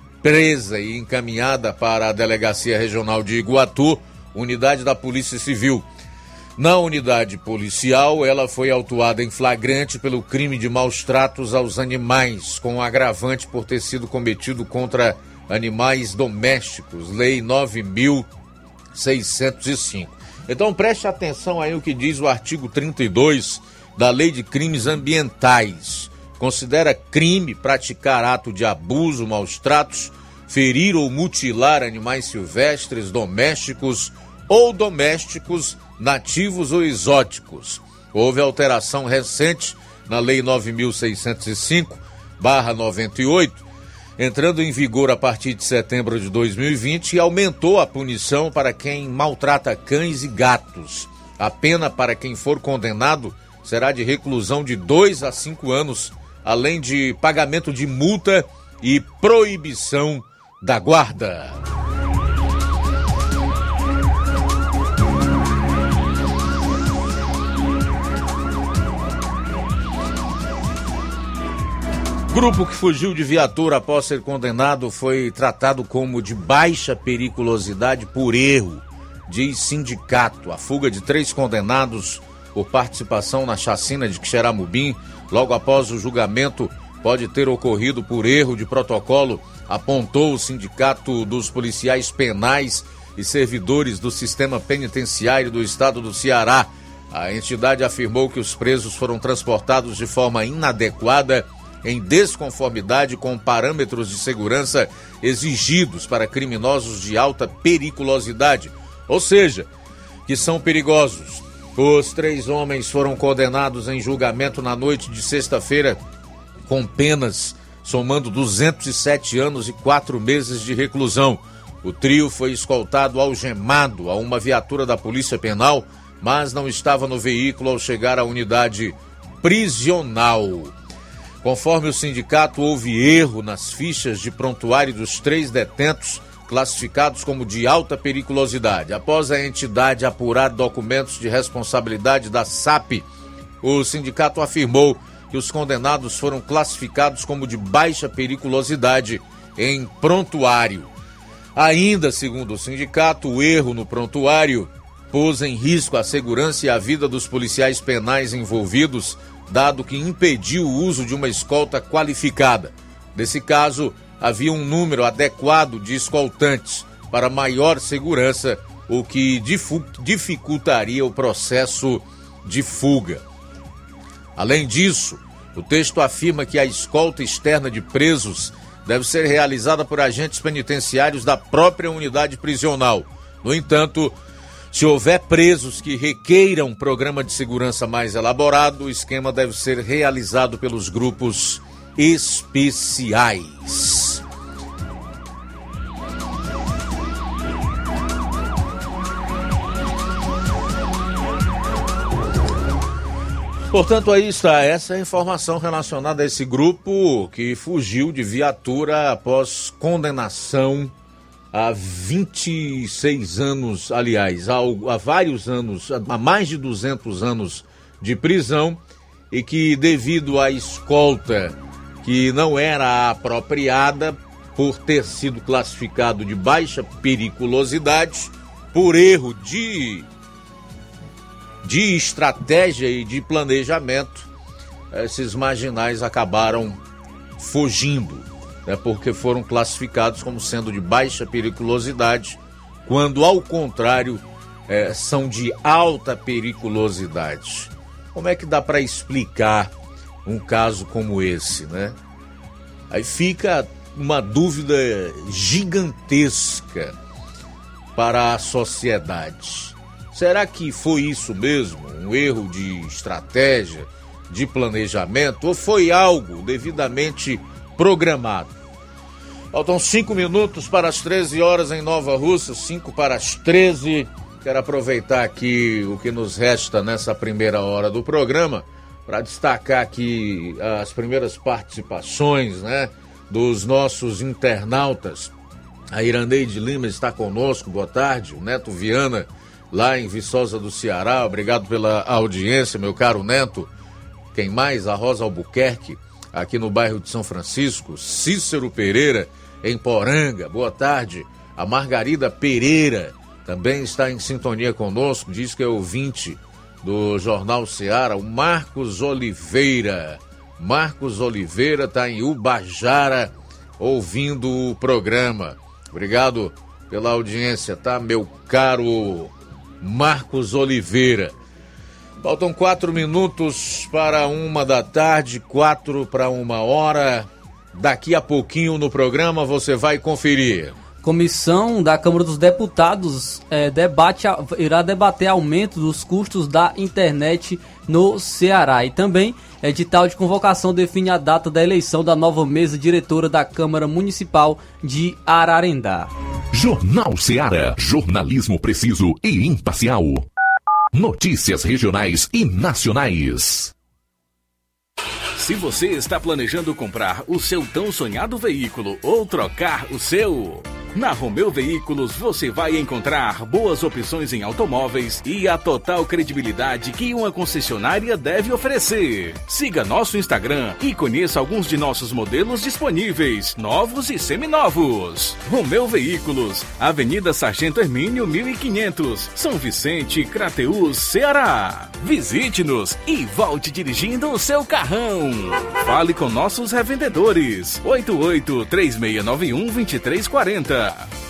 presa e encaminhada para a Delegacia Regional de Iguatu, unidade da Polícia Civil. Na unidade policial, ela foi autuada em flagrante pelo crime de maus tratos aos animais, com agravante por ter sido cometido contra animais domésticos, Lei nove mil seiscentos e cinco. Então preste atenção aí o que diz o artigo trinta e dois da Lei de Crimes Ambientais. Considera crime praticar ato de abuso, maus tratos, ferir ou mutilar animais silvestres, domésticos ou domésticos, nativos ou exóticos. Houve alteração recente na Lei nove mil seiscentos e cinco barra noventa e oito, entrando em vigor a partir de setembro de dois mil e vinte, e aumentou a punição para quem maltrata cães e gatos. A pena para quem for condenado será de reclusão de dois a cinco anos, além de pagamento de multa e proibição da guarda. Grupo que fugiu de viatura após ser condenado foi tratado como de baixa periculosidade por erro, diz sindicato. A fuga de três condenados por participação na chacina de Quixeramobim, logo após o julgamento, pode ter ocorrido por erro de protocolo, apontou o Sindicato dos Policiais Penais e Servidores do Sistema Penitenciário do Estado do Ceará. A entidade afirmou que os presos foram transportados de forma inadequada, em desconformidade com parâmetros de segurança exigidos para criminosos de alta periculosidade, ou seja, que são perigosos. Os três homens foram condenados em julgamento na noite de sexta-feira, com penas somando duzentos e sete anos e quatro meses de reclusão. O trio foi escoltado algemado a uma viatura da Polícia Penal, mas não estava no veículo ao chegar à unidade prisional. Conforme o sindicato, houve erro nas fichas de prontuário dos três detentos classificados como de alta periculosidade. Após a entidade apurar documentos de responsabilidade da S A P, o sindicato afirmou que os condenados foram classificados como de baixa periculosidade em prontuário. Ainda, segundo o sindicato, o erro no prontuário pôs em risco a segurança e a vida dos policiais penais envolvidos, dado que impediu o uso de uma escolta qualificada. Nesse caso, havia um número adequado de escoltantes para maior segurança, o que dificultaria o processo de fuga. Além disso, o texto afirma que a escolta externa de presos deve ser realizada por agentes penitenciários da própria unidade prisional. No entanto, se houver presos que requeiram um programa de segurança mais elaborado, o esquema deve ser realizado pelos grupos especiais. Portanto, aí está essa informação relacionada a esse grupo que fugiu de viatura após condenação há vinte e seis anos, aliás, há, há vários anos, há mais de duzentos anos de prisão, e que, devido à escolta que não era apropriada, por ter sido classificado de baixa periculosidade, por erro de, de estratégia e de planejamento, esses marginais acabaram fugindo, né, porque foram classificados como sendo de baixa periculosidade, quando, ao contrário, é, são de alta periculosidade. Como é que dá para explicar um caso como esse, né? Aí fica uma dúvida gigantesca para a sociedade. Será que foi isso mesmo? Um erro de estratégia, de planejamento, ou foi algo devidamente programado? Faltam cinco minutos para as treze horas em Nova Russa, cinco para as treze. Quero aproveitar aqui o que nos resta nessa primeira hora do programa para destacar aqui as primeiras participações, né, dos nossos internautas. A Iraneide Lima está conosco, boa tarde. O Neto Viana, lá em Viçosa do Ceará, obrigado pela audiência, meu caro Neto. Quem mais? A Rosa Albuquerque, aqui no bairro de São Francisco. Cícero Pereira, em Poranga, boa tarde. A Margarida Pereira também está em sintonia conosco, diz que é ouvinte do Jornal Ceará. O Marcos Oliveira, Marcos Oliveira está em Ubajara, ouvindo o programa. Obrigado pela audiência, tá, meu caro Marcos Oliveira. Faltam quatro minutos para uma da tarde, quatro para uma hora. Daqui a pouquinho no programa você vai conferir. Comissão da Câmara dos Deputados é, debate, irá debater aumento dos custos da internet no Ceará. E também, edital de convocação define a data da eleição da nova mesa diretora da Câmara Municipal de Ararendá. Jornal Ceará, jornalismo preciso e imparcial. Notícias regionais e nacionais. Se você está planejando comprar o seu tão sonhado veículo ou trocar o seu, na Romeu Veículos você vai encontrar boas opções em automóveis e a total credibilidade que uma concessionária deve oferecer. Siga nosso Instagram e conheça alguns de nossos modelos disponíveis, novos e seminovos. Romeu Veículos, Avenida Sargento Hermínio mil e quinhentos, São Vicente, Crateús, Ceará. Visite-nos e volte dirigindo o seu carrão. Fale com nossos revendedores. oito oito, três seis nove um, dois três quatro zero.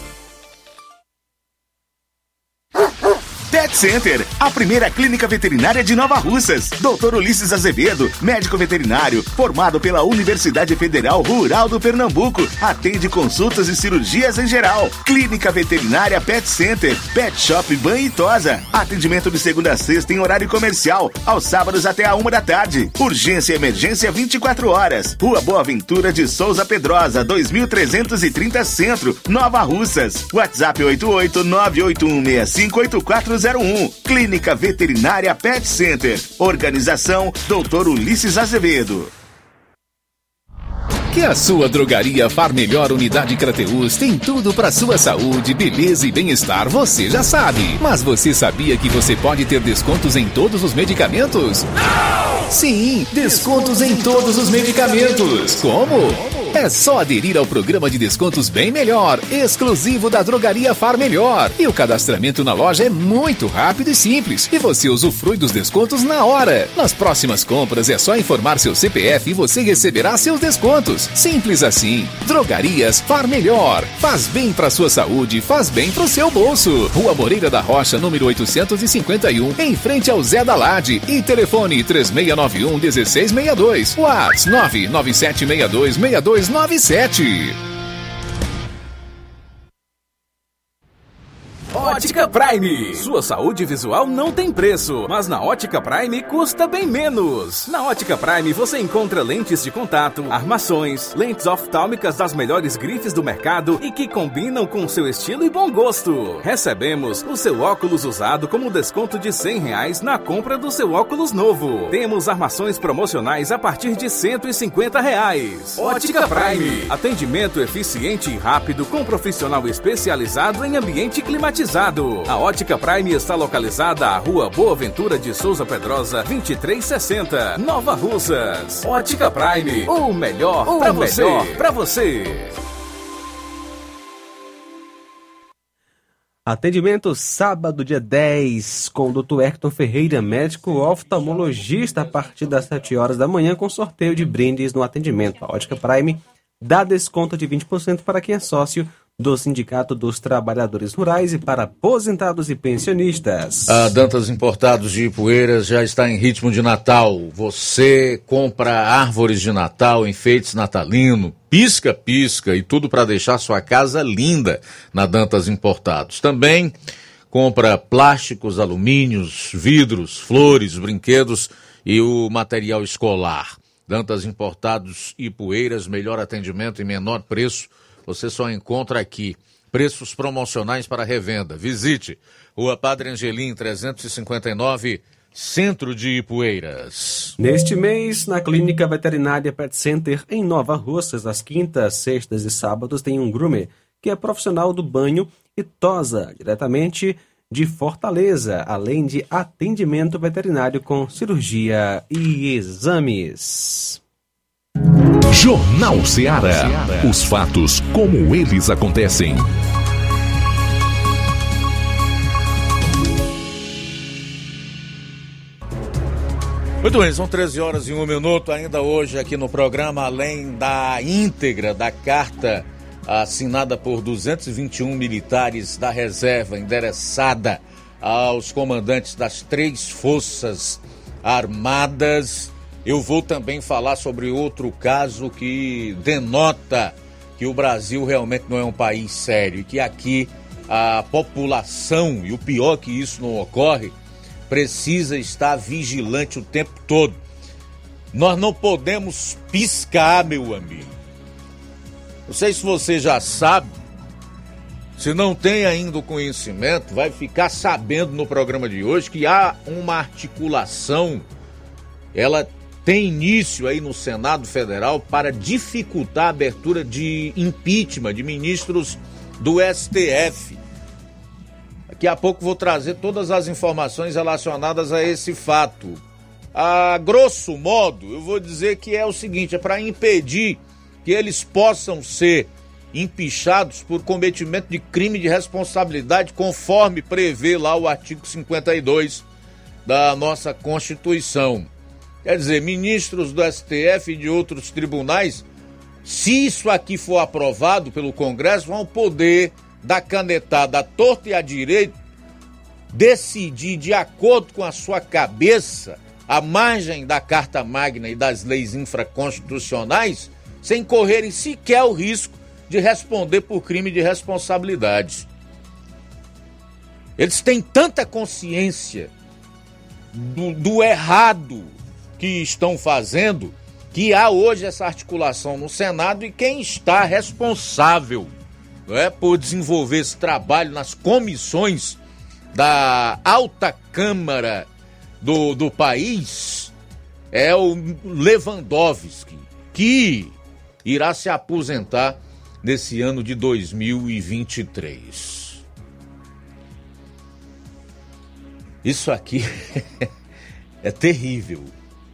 Pet Center, a primeira clínica veterinária de Nova Russas. doutor Ulisses Azevedo, médico veterinário, formado pela Universidade Federal Rural do Pernambuco. Atende consultas e cirurgias em geral. Clínica Veterinária Pet Center, Pet Shop Banho e Tosa. Atendimento de segunda a sexta em horário comercial, aos sábados até a uma da tarde. Urgência e emergência vinte e quatro horas. Rua Boa Ventura de Souza Pedrosa, dois mil trezentos e trinta Centro, Nova Russas. WhatsApp oito oito nove oito um seis cinco oito quatro zero um. Clínica Veterinária Pet Center. Organização doutor Ulisses Azevedo. Que a sua drogaria Far Melhor Unidade Crateús tem tudo para sua saúde, beleza e bem-estar, você já sabe. Mas você sabia que você pode ter descontos em todos os medicamentos? Não! Sim, descontos em todos os medicamentos. Como? É só aderir ao programa de descontos Bem Melhor, exclusivo da Drogaria Far Melhor. E o cadastramento na loja é muito rápido e simples. E você usufrui dos descontos na hora. Nas próximas compras é só informar seu C P F e você receberá seus descontos. Simples assim. Drogarias Far Melhor. Faz bem pra sua saúde, faz bem pro seu bolso. Rua Moreira da Rocha, número oitocentos e cinquenta e um, em frente ao Zé da Lade. E telefone três seis nove um, um seis seis dois. WhatsApp nove nove sete seis dois seis dois nove sete. Ótica Prime. Sua saúde visual não tem preço, mas na Ótica Prime custa bem menos. Na Ótica Prime você encontra lentes de contato, armações, lentes oftálmicas das melhores grifes do mercado e que combinam com seu estilo e bom gosto. Recebemos o seu óculos usado como desconto de cem reais na compra do seu óculos novo. Temos armações promocionais a partir de cento e cinquenta reais. Ótica Prime. Atendimento eficiente e rápido com profissional especializado em ambiente climatizado. A Ótica Prime está localizada à Rua Boa Ventura de Souza Pedrosa, vinte e três sessenta, Nova Russas. Ótica Prime, o melhor para você. Pra você. Atendimento sábado, dia dez, com o doutor Hector Ferreira, médico oftalmologista, a partir das sete horas da manhã, com sorteio de brindes no atendimento. A Ótica Prime dá desconto de vinte por cento para quem é sócio do Sindicato dos Trabalhadores Rurais e para aposentados e pensionistas. A Dantas Importados de Ipueiras já está em ritmo de Natal. Você compra árvores de Natal, enfeites natalino, pisca-pisca e tudo para deixar sua casa linda na Dantas Importados. Também compra plásticos, alumínios, vidros, flores, brinquedos e o material escolar. Dantas Importados Ipueiras, melhor atendimento e menor preço. Você só encontra aqui. Preços promocionais para revenda. Visite Rua Padre Angelim, trezentos e cinquenta e nove, Centro de Ipueiras. Neste mês, na Clínica Veterinária Pet Center, em Nova Russas, às quintas, sextas e sábados, tem um groomer, que é profissional do banho e tosa, diretamente de Fortaleza, além de atendimento veterinário com cirurgia e exames. Jornal Ceará. Os fatos como eles acontecem. Muito bem, são treze horas e um minuto ainda hoje aqui no programa, além da íntegra da carta assinada por duzentos e vinte e um militares da reserva, endereçada aos comandantes das três forças armadas. Eu vou também falar sobre outro caso que denota que o Brasil realmente não é um país sério e que aqui a população, e o pior que isso não ocorre, precisa estar vigilante o tempo todo. Nós não podemos piscar, meu amigo. Não sei se você já sabe, se não tem ainda o conhecimento, vai ficar sabendo no programa de hoje que há uma articulação, ela tem início aí no Senado Federal para dificultar a abertura de impeachment de ministros do S T F. Daqui a pouco vou trazer todas as informações relacionadas a esse fato. A grosso modo, eu vou dizer que é o seguinte, é para impedir que eles possam ser empichados por cometimento de crime de responsabilidade, conforme prevê lá o artigo cinquenta e dois da nossa Constituição. Quer dizer, ministros do S T F e de outros tribunais, se isso aqui for aprovado pelo Congresso, vão poder dar canetada à torta e à direita, decidir de acordo com a sua cabeça, à margem da Carta Magna e das leis infraconstitucionais, sem correrem sequer o risco de responder por crime de responsabilidade. Eles têm tanta consciência do, do errado que estão fazendo, que há hoje essa articulação no Senado e quem está responsável, não é, por desenvolver esse trabalho nas comissões da alta Câmara do, do país é o Lewandowski, que irá se aposentar nesse ano de dois mil e vinte e três. Isso aqui é terrível.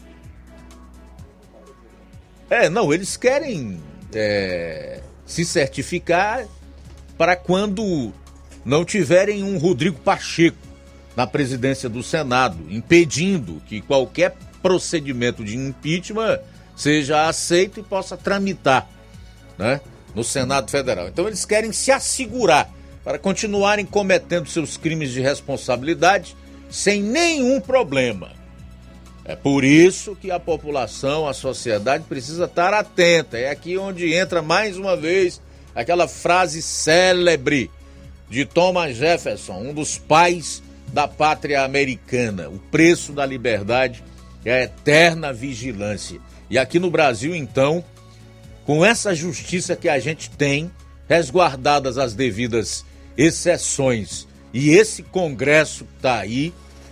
É, não, eles querem é, se certificar para quando não tiverem um Rodrigo Pacheco na presidência do Senado, impedindo que qualquer procedimento de impeachment seja aceito e possa tramitar, né, no Senado Federal. Então eles querem se assegurar para continuarem cometendo seus crimes de responsabilidade sem nenhum problema. É por isso que a população, a sociedade precisa estar atenta. É aqui onde entra mais uma vez aquela frase célebre de Thomas Jefferson, um dos pais da pátria americana. O preço da liberdade é a eterna vigilância. E aqui no Brasil, então, com essa justiça que a gente tem, resguardadas as devidas exceções, e esse Congresso está aí,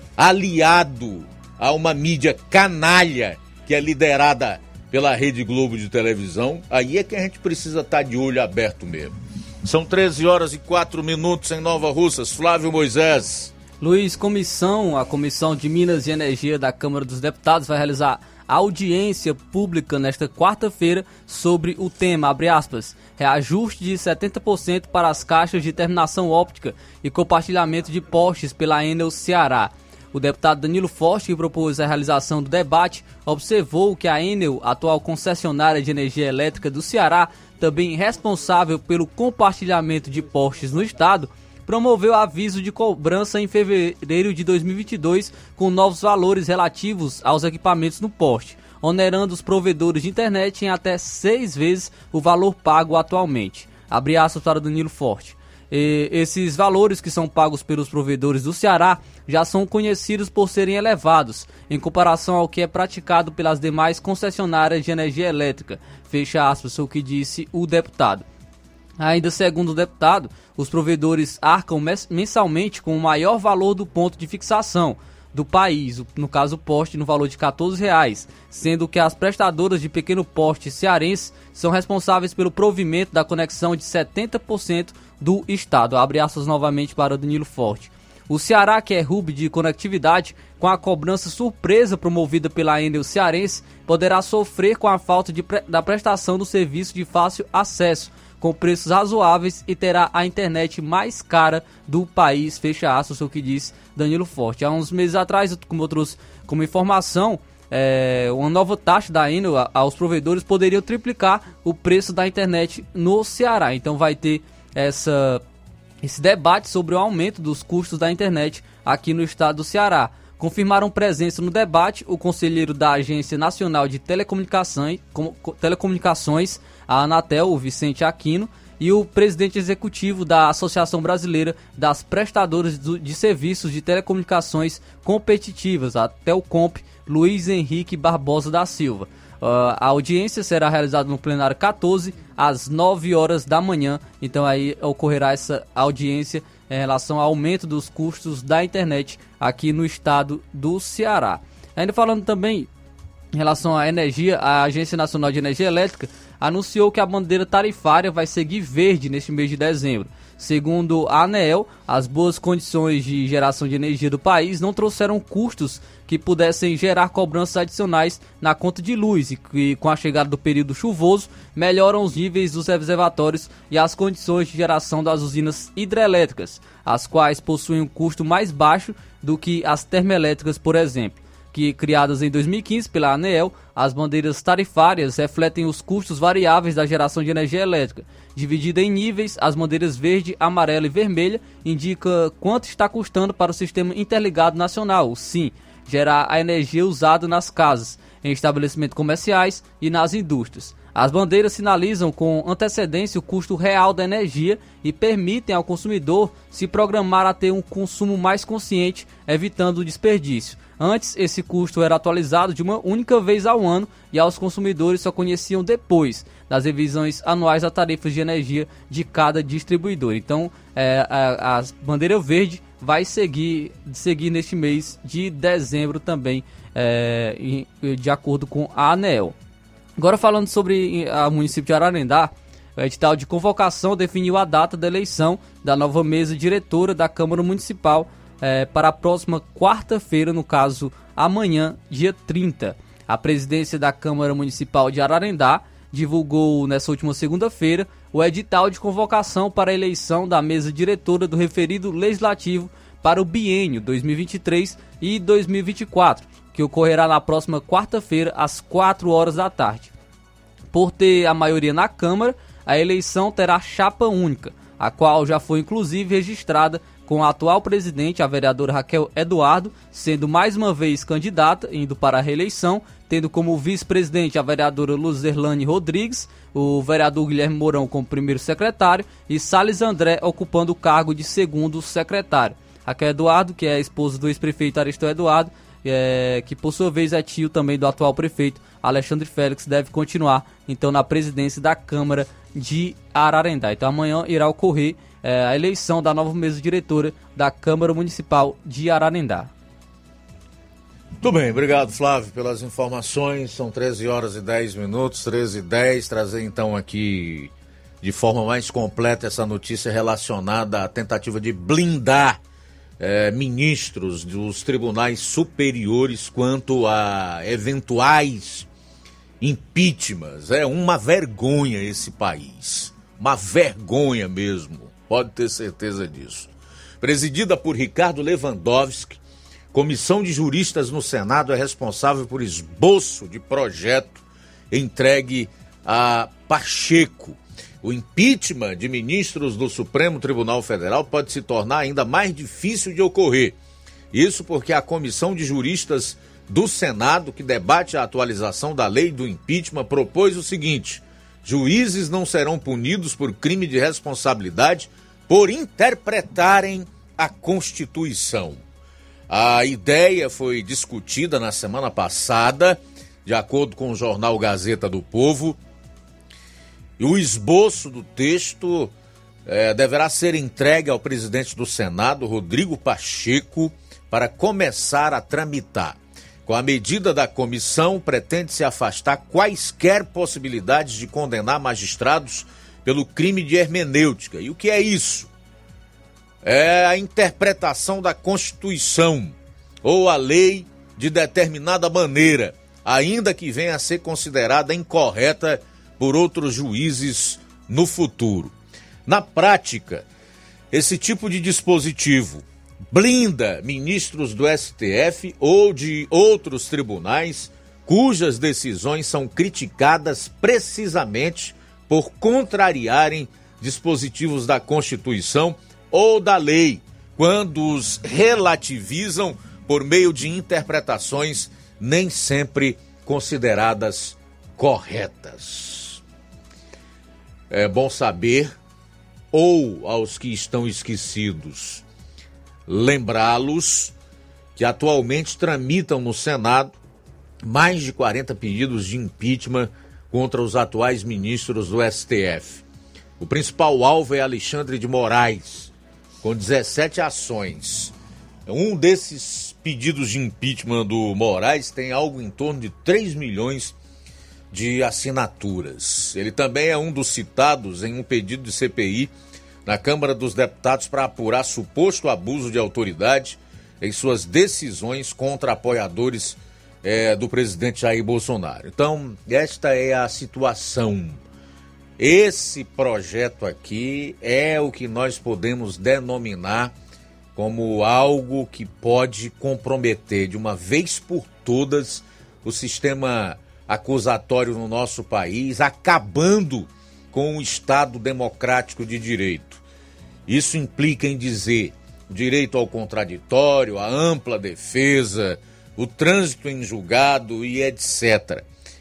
aliado a uma mídia canalha que é liderada pela Rede Globo de televisão, aí é que a gente precisa estar de olho aberto mesmo. São treze horas e quatro minutos em Nova Russas. Flávio Moisés. Luiz, comissão, a Comissão de Minas e Energia da Câmara dos Deputados vai realizar audiência pública nesta quarta-feira sobre o tema, abre aspas, reajuste de setenta por cento para as caixas de terminação óptica e compartilhamento de postes pela Enel Ceará. O deputado Danilo Forte, que propôs a realização do debate, observou que a Enel, atual concessionária de energia elétrica do Ceará, também responsável pelo compartilhamento de postes no estado, promoveu aviso de cobrança em fevereiro de dois mil e vinte e dois com novos valores relativos aos equipamentos no poste, onerando os provedores de internet em até seis vezes o valor pago atualmente. Abre aspas para Danilo Forte. E esses valores que são pagos pelos provedores do Ceará já são conhecidos por serem elevados, em comparação ao que é praticado pelas demais concessionárias de energia elétrica. Fecha aspas, o que disse o deputado. Ainda segundo o deputado, os provedores arcam mensalmente com o maior valor do ponto de fixação do país, no caso o poste, no valor de quatorze reais, sendo que as prestadoras de pequeno porte cearense são responsáveis pelo provimento da conexão de setenta por cento do estado. Abre aspas novamente para Danilo Forte. O Ceará, que é hub de conectividade, com a cobrança surpresa promovida pela Enel cearense, poderá sofrer com a falta de pre- da prestação do serviço de fácil acesso, com preços razoáveis, e terá a internet mais cara do país, fecha aspas, o que diz Danilo Forte. Há uns meses atrás, como eu trouxe como informação, é, uma nova taxa da Enel aos provedores poderia triplicar o preço da internet no Ceará. Então vai ter essa, esse debate sobre o aumento dos custos da internet aqui no estado do Ceará. Confirmaram presença no debate o conselheiro da Agência Nacional de Telecomunicações, Telecomunicações, a Anatel, o Vicente Aquino, e o presidente executivo da Associação Brasileira das Prestadoras de Serviços de Telecomunicações Competitivas, a Telcomp, Luiz Henrique Barbosa da Silva. Uh, a audiência será realizada no plenário quatorze, às nove horas da manhã. Então aí ocorrerá essa audiência em relação ao aumento dos custos da internet aqui no estado do Ceará. Ainda falando também em relação à energia, a Agência Nacional de Energia Elétrica anunciou que a bandeira tarifária vai seguir verde neste mês de dezembro. Segundo a ANEEL, as boas condições de geração de energia do país não trouxeram custos que pudessem gerar cobranças adicionais na conta de luz, e que com a chegada do período chuvoso melhoram os níveis dos reservatórios e as condições de geração das usinas hidrelétricas, as quais possuem um custo mais baixo do que as termoelétricas, por exemplo. Que, criadas em dois mil e quinze pela ANEEL, as bandeiras tarifárias refletem os custos variáveis da geração de energia elétrica. Dividida em níveis, as bandeiras verde, amarela e vermelha indicam quanto está custando para o Sistema Interligado Nacional, o SIM, gerar a energia usada nas casas, em estabelecimentos comerciais e nas indústrias. As bandeiras sinalizam com antecedência o custo real da energia e permitem ao consumidor se programar a ter um consumo mais consciente, evitando o desperdício. Antes, esse custo era atualizado de uma única vez ao ano e aos consumidores só conheciam depois das revisões anuais da tarifa de energia de cada distribuidor. Então, é, a, a bandeira verde vai seguir, seguir neste mês de dezembro também, é, de acordo com a ANEEL. Agora falando sobre o município de Ararendá, o edital de convocação definiu a data da eleição da nova mesa diretora da Câmara Municipal é, para a próxima quarta-feira, no caso amanhã, dia trinta. A presidência da Câmara Municipal de Ararendá divulgou nessa última segunda-feira o edital de convocação para a eleição da mesa diretora do referido legislativo para o biênio dois mil e vinte e três e dois mil e vinte e quatro, que ocorrerá na próxima quarta-feira, às quatro horas da tarde. Por ter a maioria na Câmara, a eleição terá chapa única, a qual já foi inclusive registrada com a atual presidente, a vereadora Raquel Eduardo, sendo mais uma vez candidata, indo para a reeleição, tendo como vice-presidente a vereadora Luzerlane Rodrigues, o vereador Guilherme Mourão como primeiro secretário e Salles André ocupando o cargo de segundo secretário. Raquel Eduardo, que é a esposa do ex-prefeito Aristeu Eduardo, é, que por sua vez é tio também do atual prefeito Alexandre Félix, deve continuar então na presidência da Câmara de Ararendá. Então amanhã irá ocorrer é, a eleição da nova mesa diretora da Câmara Municipal de Ararendá. Muito bem, obrigado Flávio pelas informações, são treze horas e dez minutos, treze e dez, trazer então aqui de forma mais completa essa notícia relacionada à tentativa de blindar é, ministros dos tribunais superiores quanto a eventuais impeachments. É uma vergonha esse país, uma vergonha mesmo, pode ter certeza disso. Presidida por Ricardo Lewandowski, Comissão de Juristas no Senado é responsável por esboço de projeto entregue a Pacheco. O impeachment de ministros do Supremo Tribunal Federal pode se tornar ainda mais difícil de ocorrer. Isso porque a Comissão de Juristas do Senado, que debate a atualização da lei do impeachment, propôs o seguinte: juízes não serão punidos por crime de responsabilidade por interpretarem a Constituição. A ideia foi discutida na semana passada, de acordo com o jornal Gazeta do Povo, e o esboço do texto eh, deverá ser entregue ao presidente do Senado, Rodrigo Pacheco, para começar a tramitar. Com a medida da comissão, pretende-se afastar quaisquer possibilidades de condenar magistrados pelo crime de hermenêutica. E o que é isso? É a interpretação da Constituição ou a lei de determinada maneira, ainda que venha a ser considerada incorreta por outros juízes no futuro. Na prática, esse tipo de dispositivo blinda ministros do S T F ou de outros tribunais cujas decisões são criticadas precisamente por contrariarem dispositivos da Constituição ou da lei, quando os relativizam por meio de interpretações nem sempre consideradas corretas. É bom saber, ou aos que estão esquecidos, lembrá-los que atualmente tramitam no Senado mais de quarenta pedidos de impeachment contra os atuais ministros do S T F. O principal alvo é Alexandre de Moraes, com dezessete ações. Um desses pedidos de impeachment do Moraes tem algo em torno de três milhões de assinaturas. Ele também é um dos citados em um pedido de C P I na Câmara dos Deputados para apurar suposto abuso de autoridade em suas decisões contra apoiadores é, do presidente Jair Bolsonaro. Então, esta é a situação. Esse projeto aqui é o que nós podemos denominar como algo que pode comprometer de uma vez por todas o sistema acusatório no nosso país, acabando com o Estado democrático de direito. Isso implica em dizer o direito ao contraditório, a ampla defesa, o trânsito em julgado e etcétera.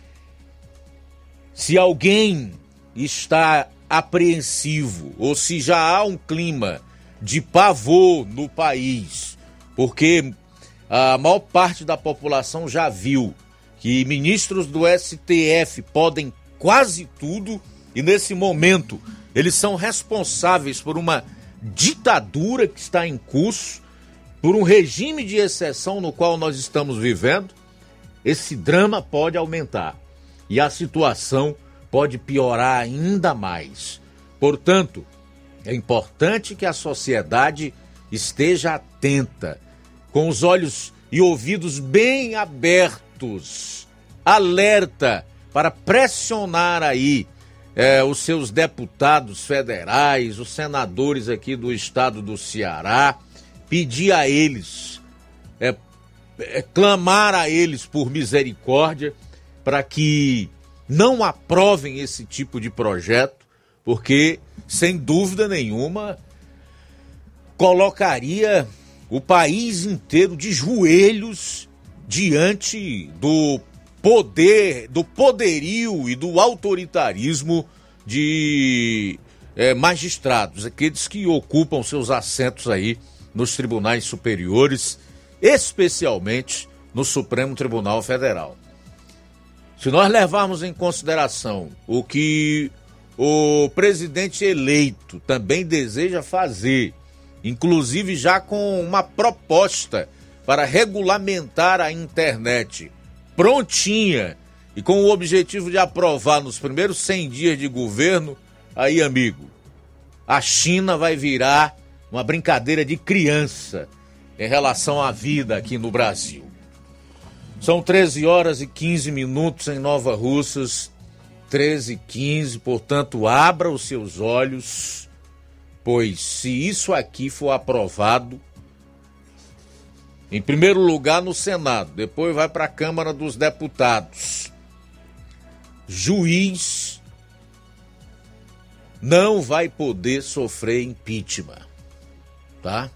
Se alguém está apreensivo ou se já há um clima de pavor no país, porque a maior parte da população já viu que ministros do S T F podem quase tudo e nesse momento eles são responsáveis por uma ditadura que está em curso, por um regime de exceção no qual nós estamos vivendo, esse drama pode aumentar e a situação pode piorar ainda mais. Portanto, é importante que a sociedade esteja atenta, com os olhos e ouvidos bem abertos, alerta para pressionar aí é, os seus deputados federais, os senadores aqui do estado do Ceará, pedir a eles, é, é, clamar a eles por misericórdia para que não aprovem esse tipo de projeto, porque, sem dúvida nenhuma, colocaria o país inteiro de joelhos diante do poder, do poderio e do autoritarismo de é, magistrados, aqueles que ocupam seus assentos aí nos tribunais superiores, especialmente no Supremo Tribunal Federal. Se nós levarmos em consideração o que o presidente eleito também deseja fazer, inclusive já com uma proposta para regulamentar a internet prontinha e com o objetivo de aprovar nos primeiros cem dias de governo, aí, amigo, a China vai virar uma brincadeira de criança em relação à vida aqui no Brasil. São treze horas e quinze minutos em Nova Russas, treze e quinze, portanto, abra os seus olhos, pois se isso aqui for aprovado, em primeiro lugar no Senado, depois vai para a Câmara dos Deputados, juiz não vai poder sofrer impeachment, tá?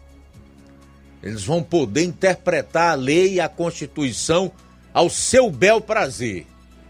Eles vão poder interpretar a lei e a Constituição ao seu bel prazer.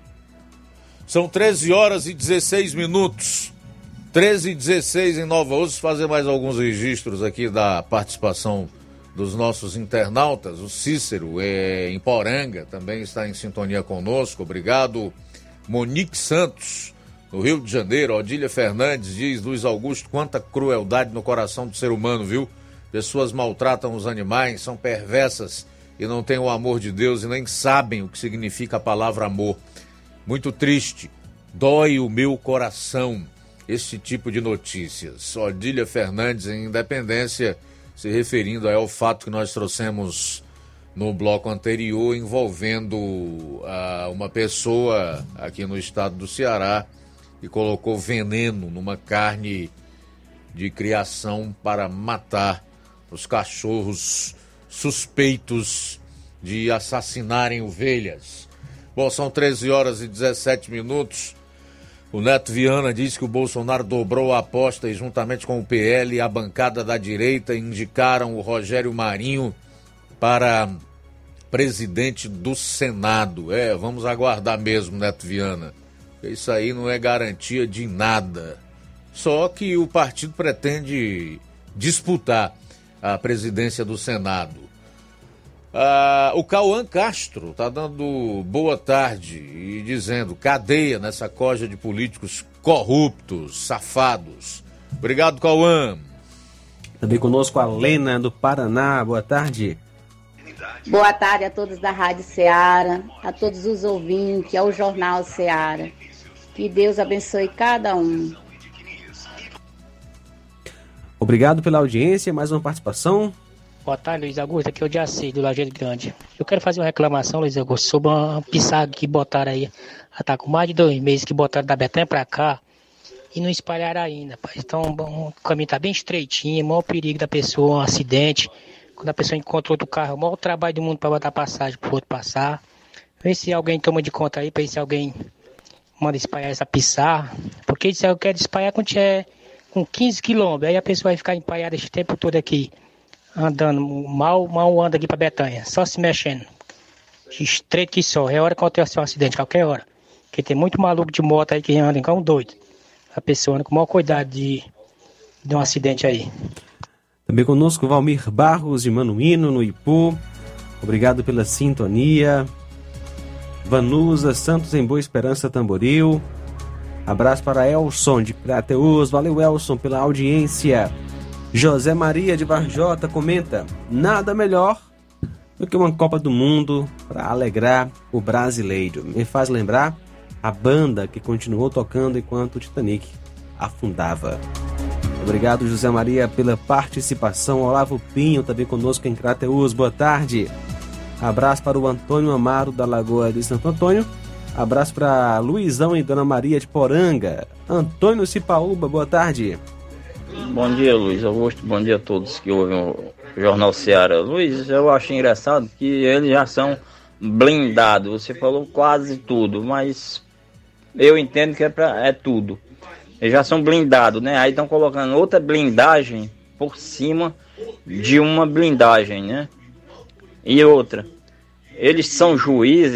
São treze horas e dezesseis minutos. treze e dezesseis em Nova Russas. Fazer mais alguns registros aqui da participação dos nossos internautas. O Cícero, é, em Poranga, também está em sintonia conosco. Obrigado. Monique Santos, no Rio de Janeiro. Odília Fernandes diz: Luiz Augusto, quanta crueldade no coração do ser humano, viu? Pessoas maltratam os animais, são perversas e não têm o amor de Deus e nem sabem o que significa a palavra amor. Muito triste, dói o meu coração esse tipo de notícias. Odília Fernandes, em Independência, se referindo ao fato que nós trouxemos no bloco anterior, envolvendo uh, uma pessoa aqui no estado do Ceará que colocou veneno numa carne de criação para matar os cachorros suspeitos de assassinarem ovelhas. Bom, são treze horas e dezessete minutos. O Neto Viana diz que o Bolsonaro dobrou a aposta e, juntamente com o P L e a bancada da direita, indicaram o Rogério Marinho para presidente do Senado. É, vamos aguardar mesmo, Neto Viana. Isso aí não é garantia de nada. Só que o partido pretende disputar a presidência do Senado. Ah, o Cauã Castro está dando boa tarde e dizendo: cadeia nessa coja de políticos corruptos, safados. Obrigado, Cauã. Também conosco a Lena do Paraná. Boa tarde. Boa tarde a todos da Rádio Ceará, a todos os ouvintes, ao Jornal Ceará. Que Deus abençoe cada um. Obrigado pela audiência, mais uma participação. Boa tarde, Luiz Augusto, aqui é o Diaci, do Lajeado Grande. Eu quero fazer uma reclamação, Luiz Augusto, sobre uma pissaga que botaram aí. Já tá com mais de dois meses que botaram da Betânia pra cá e não espalharam ainda, pai. Então o caminho tá bem estreitinho, o maior perigo da pessoa, um acidente. Quando a pessoa encontra outro carro, o maior trabalho do mundo pra botar passagem pro outro passar. Vê se alguém toma de conta aí, pra ver se alguém manda espalhar essa pissarra. Porque se eu quero espalhar quando tiver com quinze quilômetros, aí a pessoa vai ficar empalhada esse tempo todo aqui, andando, mal, mal anda aqui pra Betânia, só se mexendo, estreito que só, é hora que acontece um acidente, qualquer hora, porque tem muito maluco de moto aí que anda igual um doido, a pessoa anda com o maior cuidado de, de um acidente aí. Também conosco Valmir Barros, de Manuíno, no Ipu, obrigado pela sintonia. Vanusa Santos, em Boa Esperança, Tamboril. Abraço para Elson de Crateus. Valeu, Elson, pela audiência. José Maria de Varjota comenta: nada melhor do que uma Copa do Mundo para alegrar o brasileiro. Me faz lembrar a banda que continuou tocando enquanto o Titanic afundava. Obrigado, José Maria, pela participação. Olavo Pinho também conosco em Crateus. Boa tarde. Abraço para o Antônio Amaro da Lagoa de Santo Antônio. Abraço para Luizão e Dona Maria de Poranga. Antônio Cipaúba, boa tarde. Bom dia, Luiz Augusto. Bom dia a todos que ouvem o Jornal Ceará. Luiz, eu acho engraçado que eles já são blindados. Você falou quase tudo, mas eu entendo que é, pra, é tudo. Eles já são blindados, né? Aí estão colocando outra blindagem por cima de uma blindagem, né? E outra, eles são juízes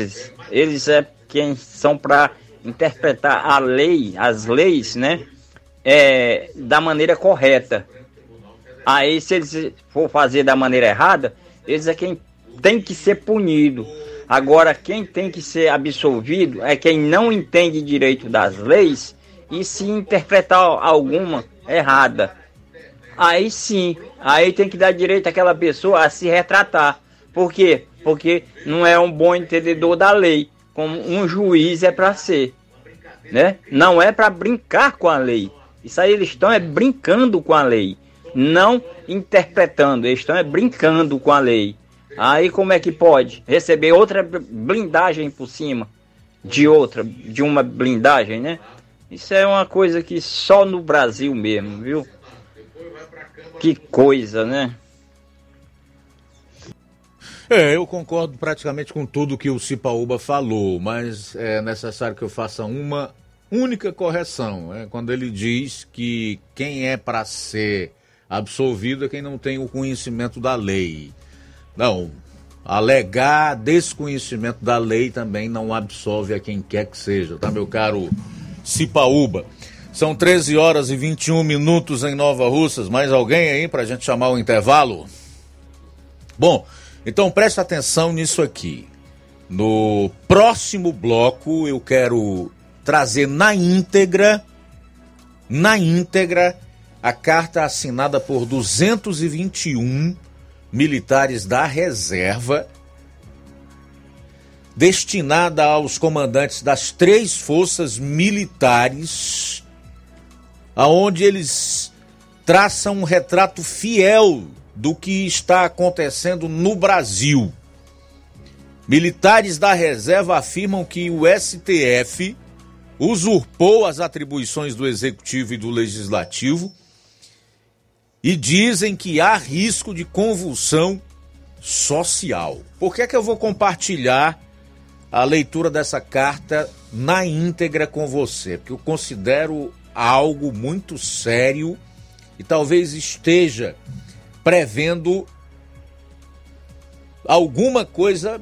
eles é quem são para interpretar a lei, as leis, né, é, da maneira correta. Aí, se eles for fazer da maneira errada, eles é quem tem que ser punido. Agora, quem tem que ser absolvido é quem não entende direito das leis e se interpretar alguma errada. Aí sim, aí tem que dar direito àquela pessoa a se retratar. Por quê? Porque não é um bom entendedor da lei, como um juiz é para ser, né? Não é para brincar com a lei. Isso aí eles estão é brincando com a lei, não interpretando, eles estão é brincando com a lei. Aí como é que pode receber outra blindagem por cima de outra, de uma blindagem, né? Isso é uma coisa que só no Brasil mesmo, viu? Que coisa, né? É, eu concordo praticamente com tudo que o Cipaúba falou, mas é necessário que eu faça uma única correção, né? Quando ele diz que quem é para ser absolvido é quem não tem o conhecimento da lei. Não, alegar desconhecimento da lei também não absolve a quem quer que seja, tá, meu caro Cipaúba? São treze horas e vinte e um minutos em Nova Russas. Mais alguém aí pra gente chamar o intervalo? Bom, então presta atenção nisso aqui. No próximo bloco eu quero trazer na íntegra, na íntegra, a carta assinada por duzentos e vinte e um militares da reserva, destinada aos comandantes das três forças militares, aonde eles traçam um retrato fiel do que está acontecendo no Brasil. Militares da reserva afirmam que o S T F usurpou as atribuições do Executivo e do Legislativo e dizem que há risco de convulsão social. Por que é que eu vou compartilhar a leitura dessa carta na íntegra com você? Porque eu considero algo muito sério e talvez esteja prevendo alguma coisa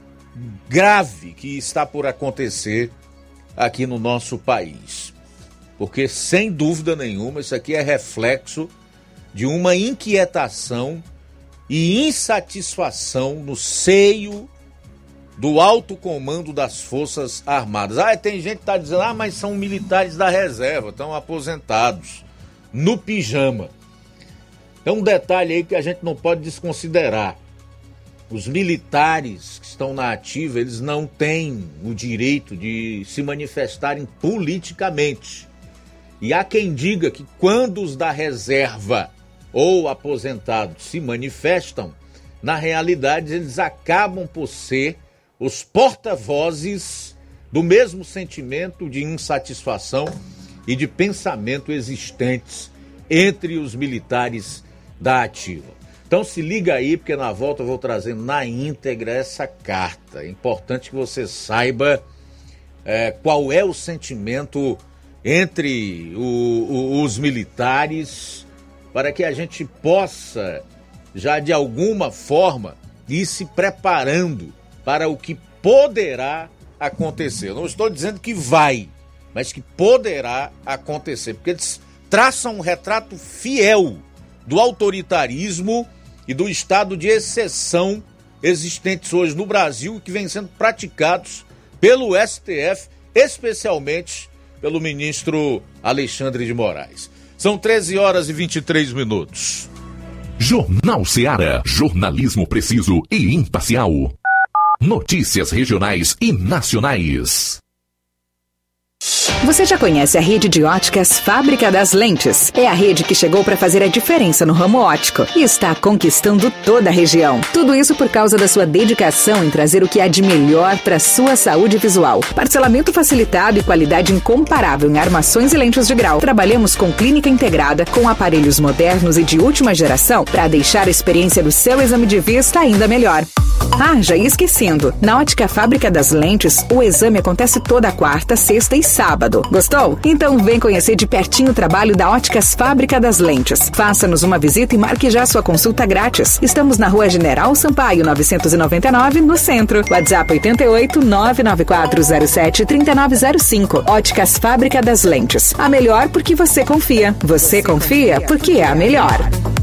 grave que está por acontecer aqui no nosso país. Porque, sem dúvida nenhuma, isso aqui é reflexo de uma inquietação e insatisfação no seio do alto comando das Forças Armadas. Ah, tem gente que está dizendo, ah, mas são militares da reserva, estão aposentados, no pijama. É um detalhe aí que a gente não pode desconsiderar. Os militares que estão na ativa, eles não têm o direito de se manifestarem politicamente. E há quem diga que quando os da reserva ou aposentados se manifestam, na realidade eles acabam por ser os porta-vozes do mesmo sentimento de insatisfação e de pensamento existentes entre os militares da ativa. Então se liga aí, porque na volta eu vou trazer na íntegra essa carta. É importante que você saiba é, qual é o sentimento entre o, o, os militares, para que a gente possa, já de alguma forma, ir se preparando para o que poderá acontecer. Eu não estou dizendo que vai, mas que poderá acontecer, porque eles traçam um retrato fiel do autoritarismo e do estado de exceção existentes hoje no Brasil e que vem sendo praticados pelo S T F, especialmente pelo ministro Alexandre de Moraes. São treze horas e vinte e três minutos. Jornal Ceará, jornalismo preciso e imparcial. Notícias regionais e nacionais. Você já conhece a rede de óticas Fábrica das Lentes? É a rede que chegou para fazer a diferença no ramo óptico e está conquistando toda a região. Tudo isso por causa da sua dedicação em trazer o que há de melhor para sua saúde visual. Parcelamento facilitado e qualidade incomparável em armações e lentes de grau. Trabalhamos com clínica integrada, com aparelhos modernos e de última geração para deixar a experiência do seu exame de vista ainda melhor. Ah, já ia esquecendo. Na Ótica Fábrica das Lentes, o exame acontece toda quarta, sexta e sábado. tudo. Gostou? Então vem conhecer de pertinho o trabalho da Óticas Fábrica das Lentes. Faça-nos uma visita e marque já sua consulta grátis. Estamos na Rua General Sampaio, novecentos e noventa e nove, no centro. WhatsApp oito oito, nove nove quatro zero sete, três nove zero cinco. Óticas Fábrica das Lentes. A melhor porque você confia. Você confia porque é a melhor.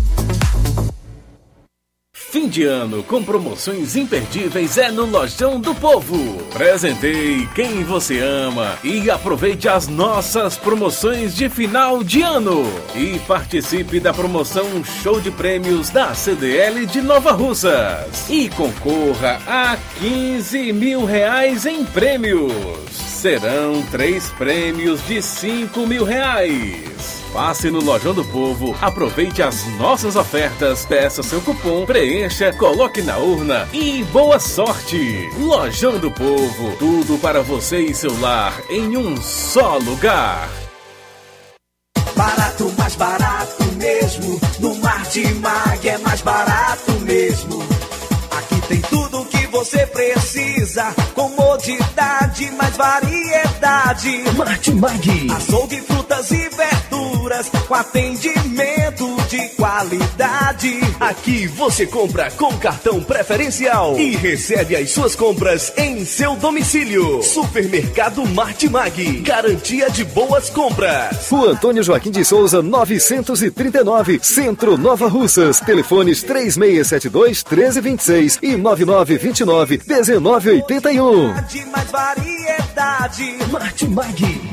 Fim de ano com promoções imperdíveis é no Lojão do Povo. Presenteie quem você ama e aproveite as nossas promoções de final de ano. E participe da promoção Show de Prêmios da C D L de Nova Russas. E concorra a quinze mil reais em prêmios. Serão três prêmios de cinco mil reais. Passe no Lojão do Povo, aproveite as nossas ofertas, peça seu cupom, preencha, coloque na urna e boa sorte! Lojão do Povo, tudo para você e seu lar em um só lugar. Barato, mais barato mesmo, no Martimag é mais barato mesmo. Aqui tem tudo o que você precisa, comodidade, mais variedade. Martimag, açougue, frutas e verduras, com atendimento de qualidade. Aqui você compra com cartão preferencial e recebe as suas compras em seu domicílio. Supermercado Martimag, garantia de boas compras. Rua Antônio Joaquim de Souza, novecentos e trinta e nove, Centro, Nova Russas. Telefones três seis sete dois, um três dois seis e nove nove dois nove, um nove oito um. Mais variedade. Martimag.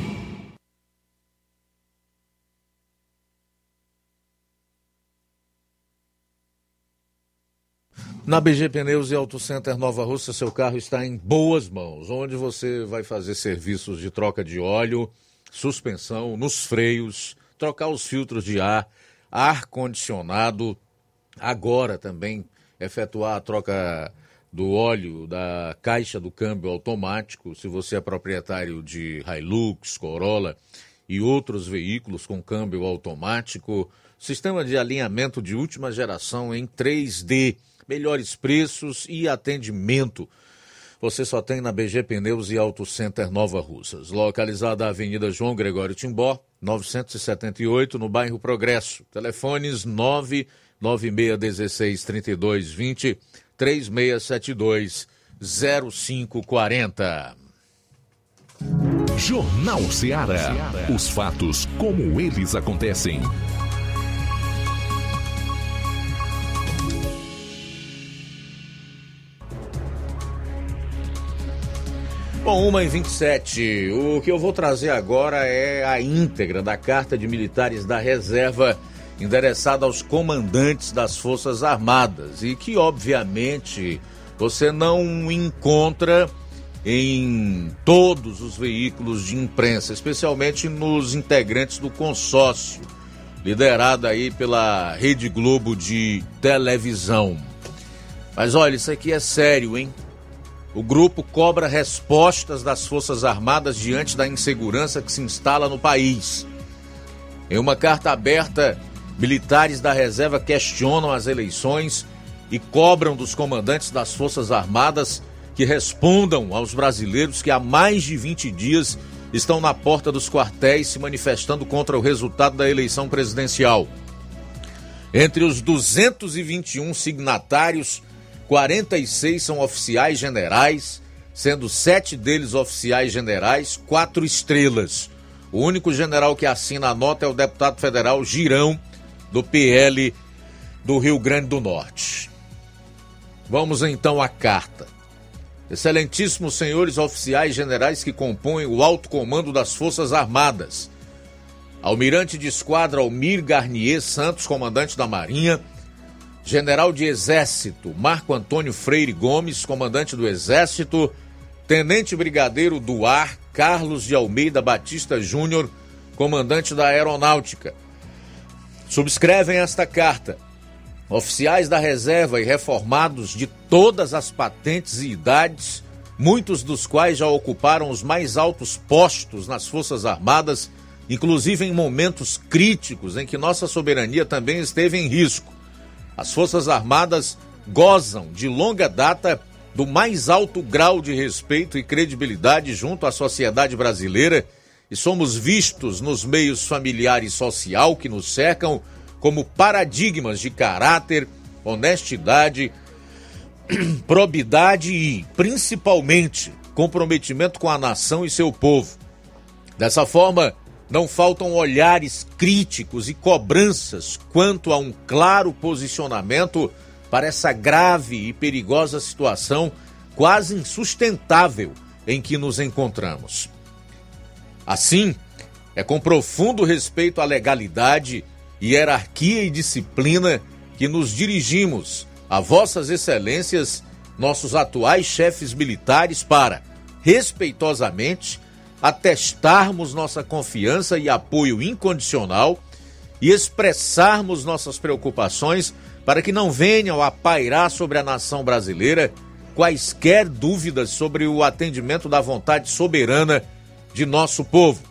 Na B G Pneus e Auto Center Nova Russa, seu carro está em boas mãos, onde você vai fazer serviços de troca de óleo, suspensão, nos freios, trocar os filtros de ar, ar-condicionado, agora também efetuar a troca do óleo da caixa do câmbio automático, se você é proprietário de Hilux, Corolla e outros veículos com câmbio automático, sistema de alinhamento de última geração em três D, melhores preços e atendimento. Você só tem na B G Pneus e Auto Center Nova Russas, localizada na Avenida João Gregório Timbó, novecentos e setenta e oito, no bairro Progresso. Telefones nove nove seis um seis, três dois dois zero, três seis sete dois, zero cinco quatro zero. Jornal Ceará. Os fatos como eles acontecem. Bom, uma e vinte e sete. O que eu vou trazer agora é a íntegra da carta de militares da reserva endereçada aos comandantes das Forças Armadas e que, obviamente, você não encontra em todos os veículos de imprensa, especialmente nos integrantes do consórcio, liderado aí pela Rede Globo de televisão. Mas olha, isso aqui é sério, hein? O grupo cobra respostas das Forças Armadas diante da insegurança que se instala no país. Em uma carta aberta, militares da reserva questionam as eleições e cobram dos comandantes das Forças Armadas que respondam aos brasileiros que há mais de vinte dias estão na porta dos quartéis se manifestando contra o resultado da eleição presidencial. Entre os duzentos e vinte e um signatários, quarenta e seis são oficiais generais, sendo sete deles oficiais generais, quatro estrelas. O único general que assina a nota é o deputado federal Girão, do P L do Rio Grande do Norte. Vamos então à carta. Excelentíssimos senhores oficiais generais que compõem o alto comando das Forças Armadas. Almirante de Esquadra Almir Garnier Santos, comandante da Marinha. General de Exército Marco Antônio Freire Gomes, comandante do Exército. Tenente Brigadeiro do Ar Carlos de Almeida Batista Júnior, comandante da Aeronáutica. Subscrevem esta carta oficiais da reserva e reformados de todas as patentes e idades, muitos dos quais já ocuparam os mais altos postos nas Forças Armadas, inclusive em momentos críticos em que nossa soberania também esteve em risco. As Forças Armadas gozam de longa data do mais alto grau de respeito e credibilidade junto à sociedade brasileira e somos vistos nos meios familiar e social que nos cercam como paradigmas de caráter, honestidade, probidade e, principalmente, comprometimento com a nação e seu povo. Dessa forma, não faltam olhares críticos e cobranças quanto a um claro posicionamento para essa grave e perigosa situação quase insustentável em que nos encontramos. Assim, é com profundo respeito à legalidade, hierarquia e disciplina que nos dirigimos a vossas excelências, nossos atuais chefes militares, para, respeitosamente, atestarmos nossa confiança e apoio incondicional e expressarmos nossas preocupações para que não venham a pairar sobre a nação brasileira quaisquer dúvidas sobre o atendimento da vontade soberana de nosso povo.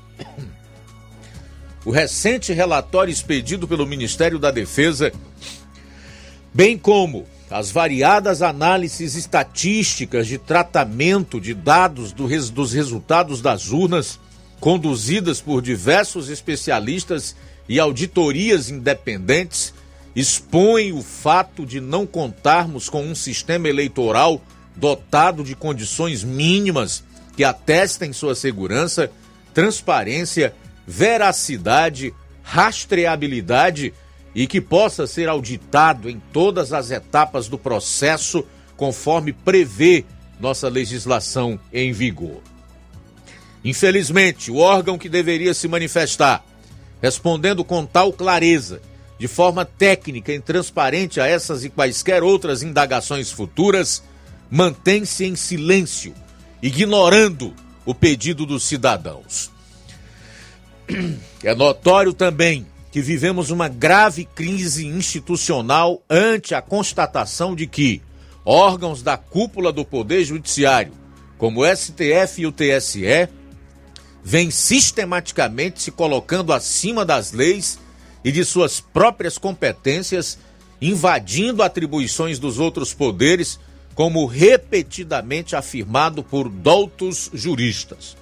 O recente relatório expedido pelo Ministério da Defesa, bem como as variadas análises estatísticas de tratamento de dados do res, dos resultados das urnas, conduzidas por diversos especialistas e auditorias independentes, expõem o fato de não contarmos com um sistema eleitoral dotado de condições mínimas que atestem sua segurança, transparência, veracidade, rastreabilidade e que possa ser auditado em todas as etapas do processo, conforme prevê nossa legislação em vigor. Infelizmente, o órgão que deveria se manifestar, respondendo com tal clareza, de forma técnica e transparente a essas e quaisquer outras indagações futuras, mantém-se em silêncio, ignorando o pedido dos cidadãos. É notório também que vivemos uma grave crise institucional ante a constatação de que órgãos da cúpula do Poder Judiciário, como o S T F e o T S E, vêm sistematicamente se colocando acima das leis e de suas próprias competências, invadindo atribuições dos outros poderes, como repetidamente afirmado por doutos juristas.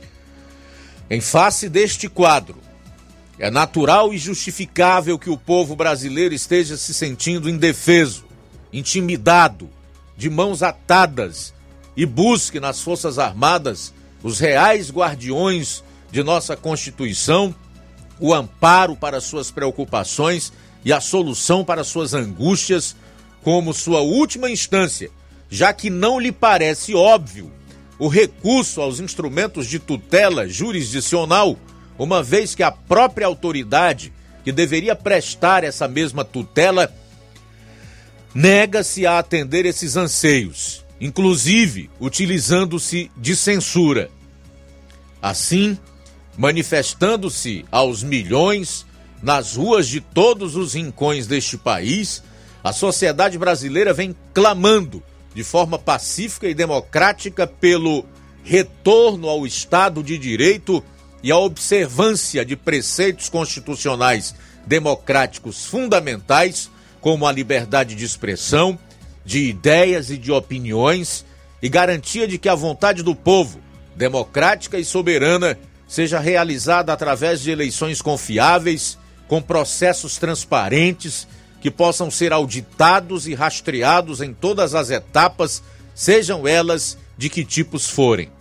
Em face deste quadro, é natural e justificável que o povo brasileiro esteja se sentindo indefeso, intimidado, de mãos atadas e busque nas Forças Armadas, os reais guardiões de nossa Constituição, o amparo para suas preocupações e a solução para suas angústias como sua última instância, já que não lhe parece óbvio o recurso aos instrumentos de tutela jurisdicional, uma vez que a própria autoridade que deveria prestar essa mesma tutela nega-se a atender esses anseios, inclusive utilizando-se de censura. Assim, manifestando-se aos milhões nas ruas de todos os rincões deste país, a sociedade brasileira vem clamando de forma pacífica e democrática pelo retorno ao Estado de Direito e a observância de preceitos constitucionais democráticos fundamentais, como a liberdade de expressão, de ideias e de opiniões, e garantia de que a vontade do povo, democrática e soberana, seja realizada através de eleições confiáveis, com processos transparentes, que possam ser auditados e rastreados em todas as etapas, sejam elas de que tipos forem.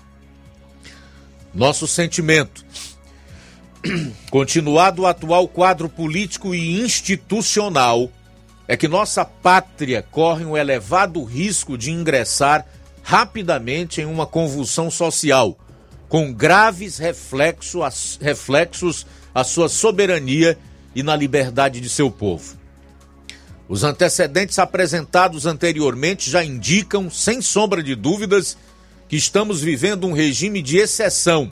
Nosso sentimento, continuado o atual quadro político e institucional, é que nossa pátria corre um elevado risco de ingressar rapidamente em uma convulsão social, com graves reflexos, reflexos à sua soberania e na liberdade de seu povo. Os antecedentes apresentados anteriormente já indicam, sem sombra de dúvidas, que estamos vivendo um regime de exceção,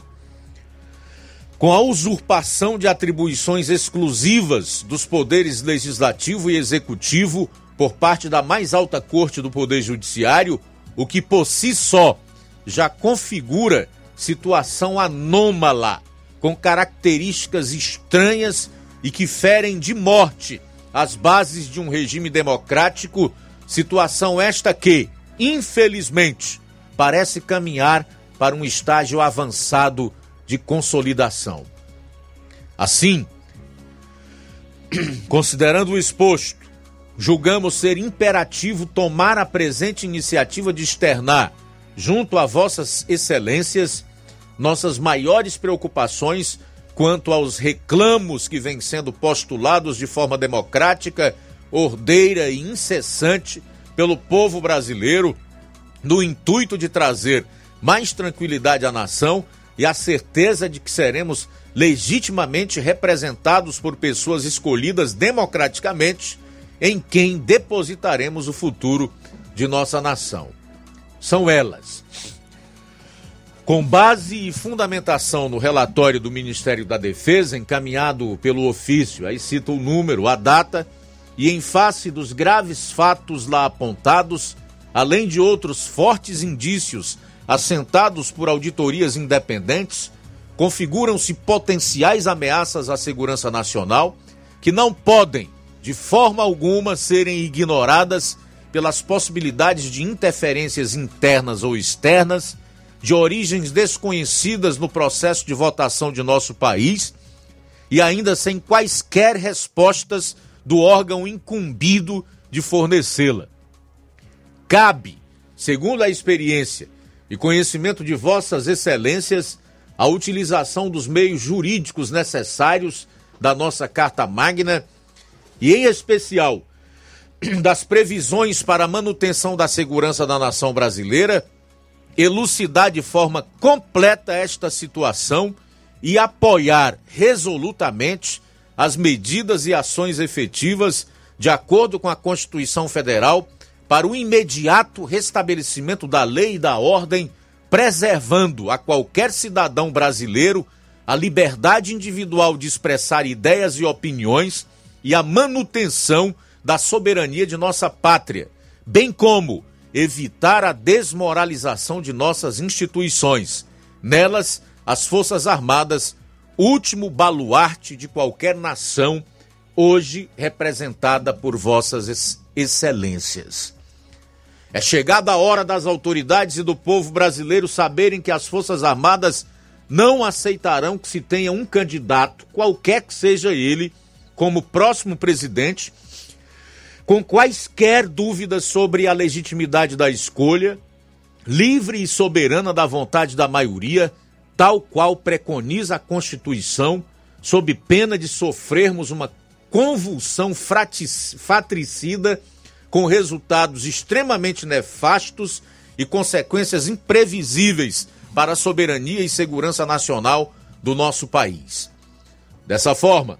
com a usurpação de atribuições exclusivas dos poderes legislativo e executivo por parte da mais alta corte do Poder Judiciário, o que por si só já configura situação anômala, com características estranhas e que ferem de morte as bases de um regime democrático, situação esta que, infelizmente, parece caminhar para um estágio avançado de consolidação. Assim, considerando o exposto, julgamos ser imperativo tomar a presente iniciativa de externar, junto a vossas excelências, nossas maiores preocupações quanto aos reclamos que vêm sendo postulados de forma democrática, ordeira e incessante pelo povo brasileiro, no intuito de trazer mais tranquilidade à nação e a certeza de que seremos legitimamente representados por pessoas escolhidas democraticamente, em quem depositaremos o futuro de nossa nação. São elas: com base e fundamentação no relatório do Ministério da Defesa, encaminhado pelo ofício, aí cita o número, a data, e em face dos graves fatos lá apontados, além de outros fortes indícios assentados por auditorias independentes, configuram-se potenciais ameaças à segurança nacional que não podem, de forma alguma, serem ignoradas pelas possibilidades de interferências internas ou externas, de origens desconhecidas no processo de votação de nosso país e ainda sem quaisquer respostas do órgão incumbido de fornecê-la. Cabe, segundo a experiência e conhecimento de vossas excelências, a utilização dos meios jurídicos necessários da nossa Carta Magna e, em especial, das previsões para a manutenção da segurança da nação brasileira, elucidar de forma completa esta situação e apoiar resolutamente as medidas e ações efetivas de acordo com a Constituição Federal para o imediato restabelecimento da lei e da ordem, preservando a qualquer cidadão brasileiro a liberdade individual de expressar ideias e opiniões e a manutenção da soberania de nossa pátria, bem como evitar a desmoralização de nossas instituições. Nelas, as Forças Armadas, último baluarte de qualquer nação, hoje representada por vossas excelências. É chegada a hora das autoridades e do povo brasileiro saberem que as Forças Armadas não aceitarão que se tenha um candidato, qualquer que seja ele, como próximo presidente, com quaisquer dúvidas sobre a legitimidade da escolha, livre e soberana da vontade da maioria, tal qual preconiza a Constituição, sob pena de sofrermos uma convulsão fratricida com resultados extremamente nefastos e consequências imprevisíveis para a soberania e segurança nacional do nosso país. Dessa forma,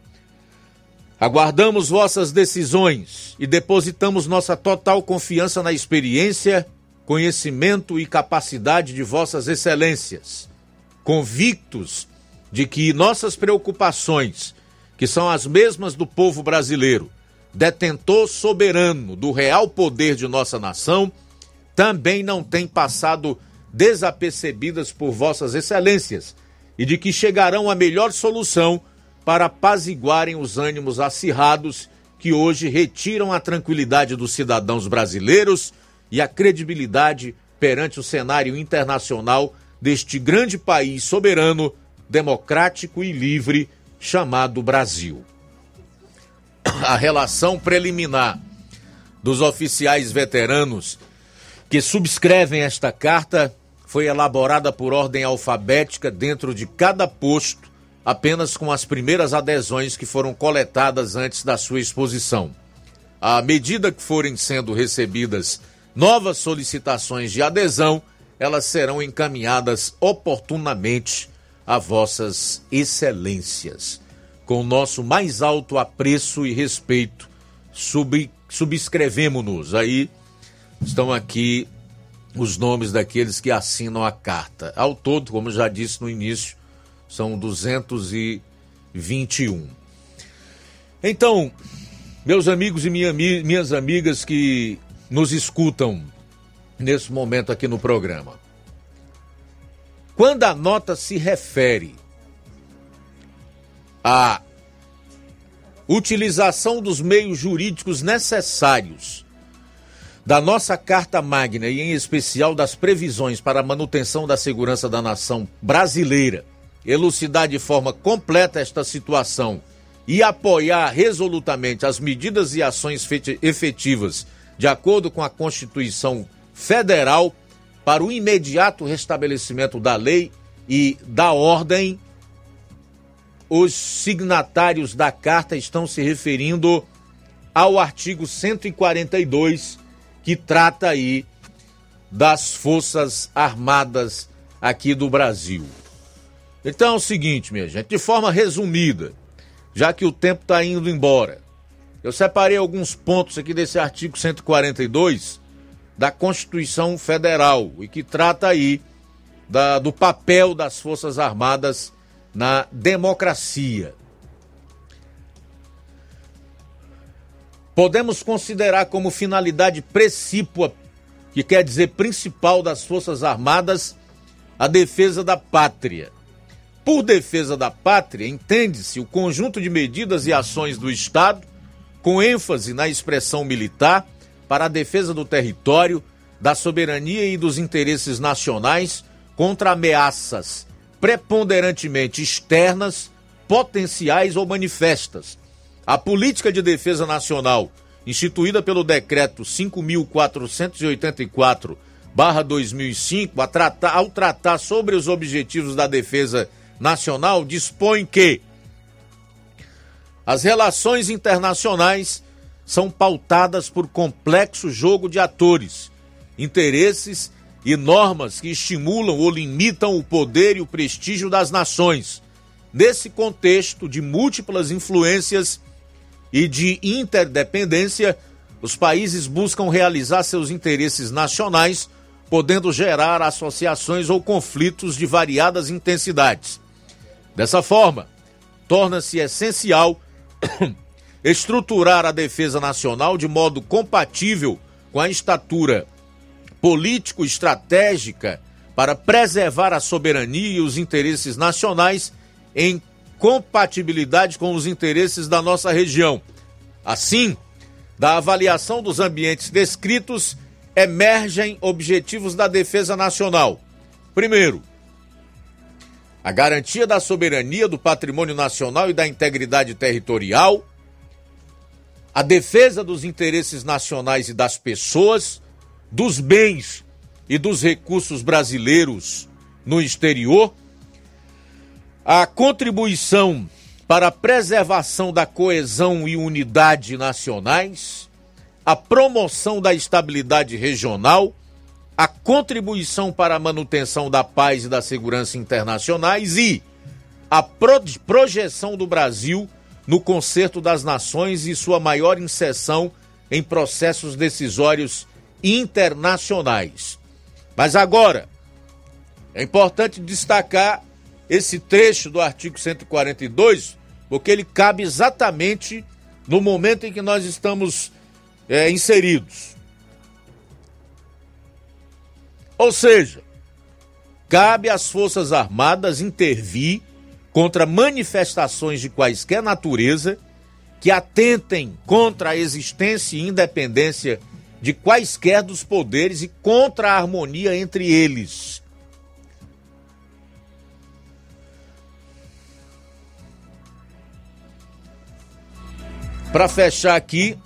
aguardamos vossas decisões e depositamos nossa total confiança na experiência, conhecimento e capacidade de vossas excelências, convictos de que nossas preocupações, que são as mesmas do povo brasileiro, detentor soberano do real poder de nossa nação, também não têm passado desapercebidas por vossas excelências e de que chegarão à melhor solução para apaziguarem os ânimos acirrados que hoje retiram a tranquilidade dos cidadãos brasileiros e a credibilidade perante o cenário internacional deste grande país soberano, democrático e livre chamado Brasil. A relação preliminar dos oficiais veteranos que subscrevem esta carta foi elaborada por ordem alfabética dentro de cada posto, apenas com as primeiras adesões que foram coletadas antes da sua exposição. À medida que forem sendo recebidas novas solicitações de adesão, elas serão encaminhadas oportunamente a vossas excelências. Com o nosso mais alto apreço e respeito, sub, subscrevemo-nos. Aí estão aqui os nomes daqueles que assinam a carta. Ao todo, como já disse no início, são duzentos e vinte e um. Então, meus amigos e minha, minhas amigas que nos escutam nesse momento aqui no programa, quando a nota se refere à utilização dos meios jurídicos necessários da nossa Carta Magna e em especial das previsões para a manutenção da segurança da nação brasileira elucidar de forma completa esta situação e apoiar resolutamente as medidas e ações efetivas de acordo com a Constituição Federal para o imediato restabelecimento da lei e da ordem, os signatários da carta estão se referindo ao artigo cento e quarenta e dois, que trata aí das Forças Armadas aqui do Brasil. Então é o seguinte, minha gente, de forma resumida, já que o tempo está indo embora, eu separei alguns pontos aqui desse artigo cento e quarenta e dois da Constituição Federal e que trata aí da, do papel das Forças Armadas na democracia. Podemos considerar como finalidade precípua, que quer dizer principal, das Forças Armadas, a defesa da pátria. Por defesa da pátria, entende-se o conjunto de medidas e ações do Estado, com ênfase na expressão militar, para a defesa do território, da soberania e dos interesses nacionais contra ameaças preponderantemente externas, potenciais ou manifestas. A política de defesa nacional, instituída pelo Decreto cinco mil quatrocentos e oitenta e quatro barra dois mil e cinco, a tratar, ao tratar sobre os objetivos da defesa nacional, dispõe que as relações internacionais são pautadas por complexo jogo de atores, interesses e normas que estimulam ou limitam o poder e o prestígio das nações. Nesse contexto de múltiplas influências e de interdependência, os países buscam realizar seus interesses nacionais, podendo gerar associações ou conflitos de variadas intensidades. Dessa forma, torna-se essencial estruturar a defesa nacional de modo compatível com a estatura político-estratégica para preservar a soberania e os interesses nacionais em compatibilidade com os interesses da nossa região. Assim, da avaliação dos ambientes descritos, emergem objetivos da defesa nacional. Primeiro, a garantia da soberania do patrimônio nacional e da integridade territorial, a defesa dos interesses nacionais e das pessoas, dos bens e dos recursos brasileiros no exterior, a contribuição para a preservação da coesão e unidade nacionais, a promoção da estabilidade regional, a contribuição para a manutenção da paz e da segurança internacionais e a projeção do Brasil no concerto das nações e sua maior inserção em processos decisórios internacionais. Mas agora, é importante destacar esse trecho do artigo cento e quarenta e dois, porque ele cabe exatamente no momento em que nós estamos é, inseridos. Ou seja, cabe às Forças Armadas intervir contra manifestações de quaisquer natureza que atentem contra a existência e independência de quaisquer dos poderes e contra a harmonia entre eles. Para fechar aqui,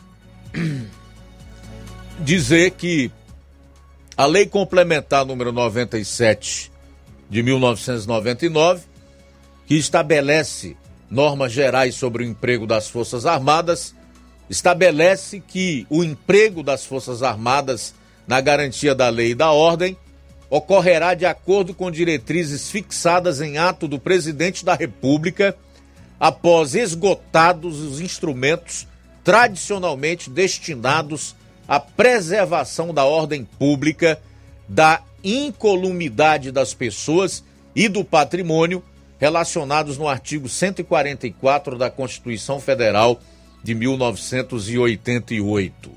dizer que a Lei Complementar número noventa e sete de mil novecentos e noventa e nove, que estabelece normas gerais sobre o emprego das Forças Armadas, estabelece que o emprego das Forças Armadas na garantia da lei e da ordem ocorrerá de acordo com diretrizes fixadas em ato do Presidente da República, após esgotados os instrumentos tradicionalmente destinados à preservação da ordem pública, da incolumidade das pessoas e do patrimônio relacionados no artigo cento e quarenta e quatro da Constituição Federal de mil novecentos e oitenta e oito.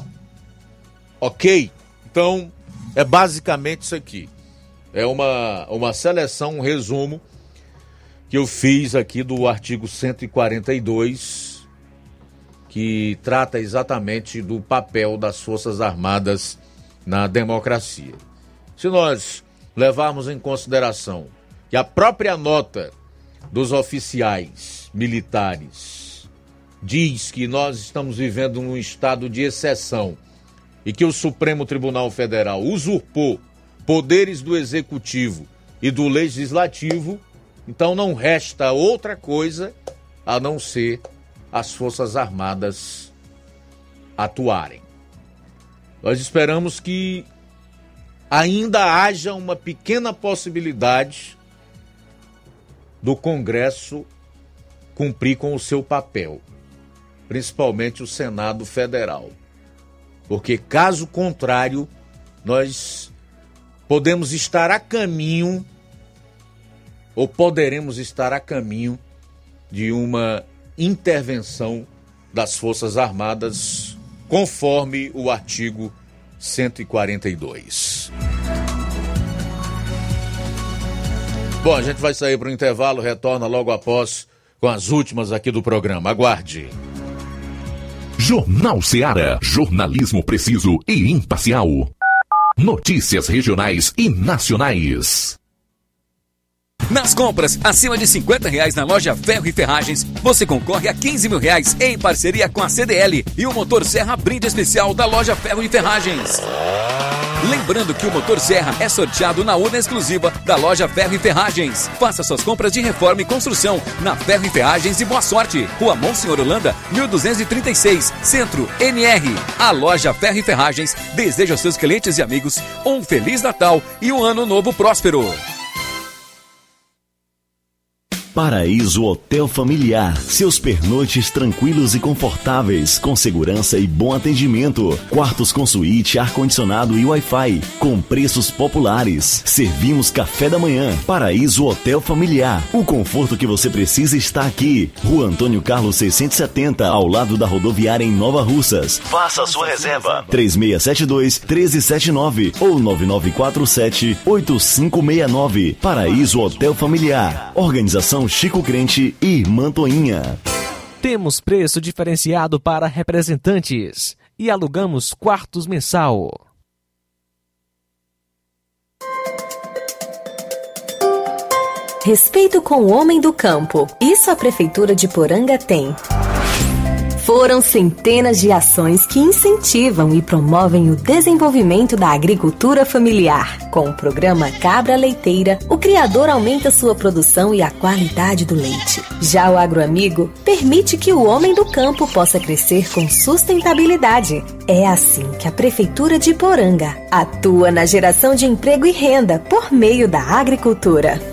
Ok? Então, é basicamente isso aqui. É uma, uma seleção, um resumo que eu fiz aqui do artigo cento e quarenta e dois, que trata exatamente do papel das Forças Armadas na democracia. Se nós levarmos em consideração que a própria nota dos oficiais militares diz que nós estamos vivendo num estado de exceção e que o Supremo Tribunal Federal usurpou poderes do Executivo e do Legislativo, então não resta outra coisa a não ser as Forças Armadas atuarem. Nós esperamos que ainda haja uma pequena possibilidade do Congresso cumprir com o seu papel, principalmente o Senado Federal. Porque, caso contrário, nós podemos estar a caminho, ou poderemos estar a caminho de uma intervenção das Forças Armadas, conforme o artigo cento e quarenta e dois. Bom, a gente vai sair para o intervalo, retorna logo após com as últimas aqui do programa. Aguarde. Jornal Ceará, jornalismo preciso e imparcial. Notícias regionais e nacionais. Nas compras acima de cinquenta reais na loja Ferro e Ferragens, você concorre a quinze mil reais em parceria com a C D L e o motor Serra brinde especial da loja Ferro e Ferragens. Lembrando que o motor Serra é sorteado na urna exclusiva da loja Ferro e Ferragens. Faça suas compras de reforma e construção na Ferro e Ferragens e boa sorte. Rua Monsenhor Holanda, mil duzentos e trinta e seis, Centro, N R. A loja Ferro e Ferragens deseja aos seus clientes e amigos um Feliz Natal e um Ano Novo próspero. Paraíso Hotel Familiar. Seus pernoites tranquilos e confortáveis, com segurança e bom atendimento. Quartos com suíte, ar-condicionado e Wi-Fi, com preços populares. Servimos café da manhã. Paraíso Hotel Familiar. O conforto que você precisa está aqui. Rua Antônio Carlos seiscentos e setenta, ao lado da rodoviária em Nova Russas. Faça a sua reserva. três seis sete dois, um três sete nove ou nove nove quatro sete, oito cinco seis nove. Paraíso Hotel Familiar. Organização Chico Crente e Irmã Toinha. Temos preço diferenciado para representantes e alugamos quartos mensal. Respeito com o homem do campo. Isso a Prefeitura de Poranga tem. Foram centenas de ações que incentivam e promovem o desenvolvimento da agricultura familiar. Com o programa Cabra Leiteira, o criador aumenta sua produção e a qualidade do leite. Já o agroamigo permite que o homem do campo possa crescer com sustentabilidade. É assim que a Prefeitura de Poranga atua na geração de emprego e renda por meio da agricultura.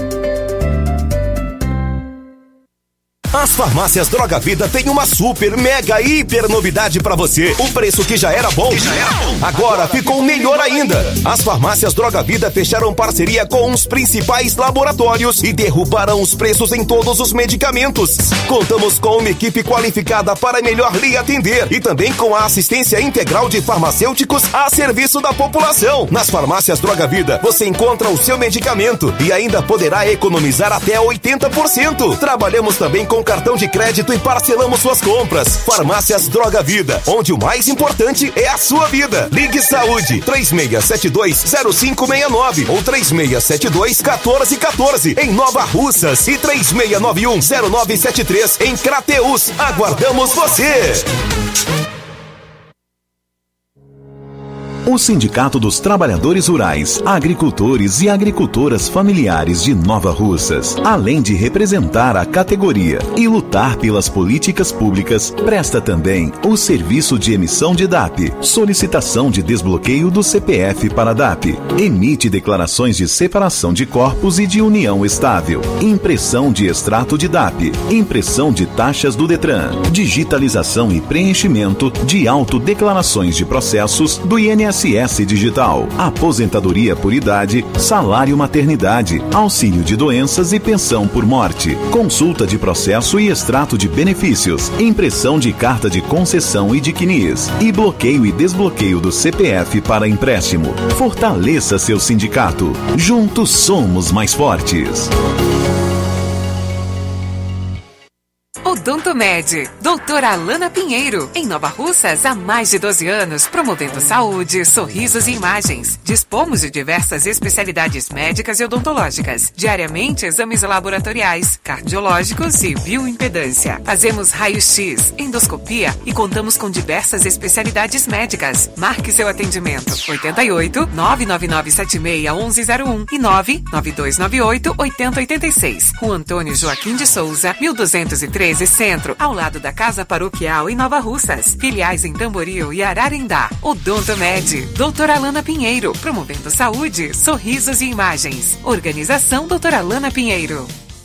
As farmácias Droga Vida têm uma super, mega, hiper novidade pra você. O preço que já era bom, já era bom. Agora ficou melhor ainda. As farmácias Droga Vida fecharam parceria com os principais laboratórios e derrubaram os preços em todos os medicamentos. Contamos com uma equipe qualificada para melhor lhe atender e também com a assistência integral de farmacêuticos a serviço da população. Nas farmácias Droga Vida, você encontra o seu medicamento e ainda poderá economizar até oitenta por cento. Trabalhamos também com cartão de crédito e parcelamos suas compras. Farmácias Droga Vida, onde o mais importante é a sua vida. Ligue Saúde três seis sete dois, zero cinco seis nove ou três seis sete dois, um quatro um quatro em Nova Russas e três seis nove um, zero nove sete três em Crateús. Aguardamos você! O Sindicato dos Trabalhadores Rurais, Agricultores e Agricultoras Familiares de Nova Russas, além de representar a categoria e lutar pelas políticas públicas, presta também o serviço de emissão de D A P, solicitação de desbloqueio do C P F para D A P, emite declarações de separação de corpos e de união estável, impressão de extrato de D A P, impressão de taxas do Detran, digitalização e preenchimento de autodeclarações de processos do I N S S Digital, aposentadoria por idade, salário maternidade, auxílio de doenças e pensão por morte, consulta de processo e extrato de benefícios, impressão de carta de concessão e de C N I S, e bloqueio e desbloqueio do C P F para empréstimo. Fortaleça seu sindicato. Juntos somos mais fortes. Odontomed, doutora Alana Pinheiro, em Nova Russas há mais de doze anos, promovendo saúde, sorrisos e imagens. Dispomos de diversas especialidades médicas e odontológicas, diariamente exames laboratoriais, cardiológicos e bioimpedância. Fazemos raio-x, endoscopia e contamos com diversas especialidades médicas. Marque seu atendimento oito oito, nove nove nove sete seis, um um zero um e nove nove dois nove oito, oito zero oito seis. Rua Antônio Joaquim de Souza, mil duzentos e treze Centro, ao lado da Casa Paroquial em Nova Russas. Filiais em Tamboril e Ararendá. Odontomed, doutora Alana Pinheiro, promovendo saúde, sorrisos e imagens. Organização doutora Alana Pinheiro.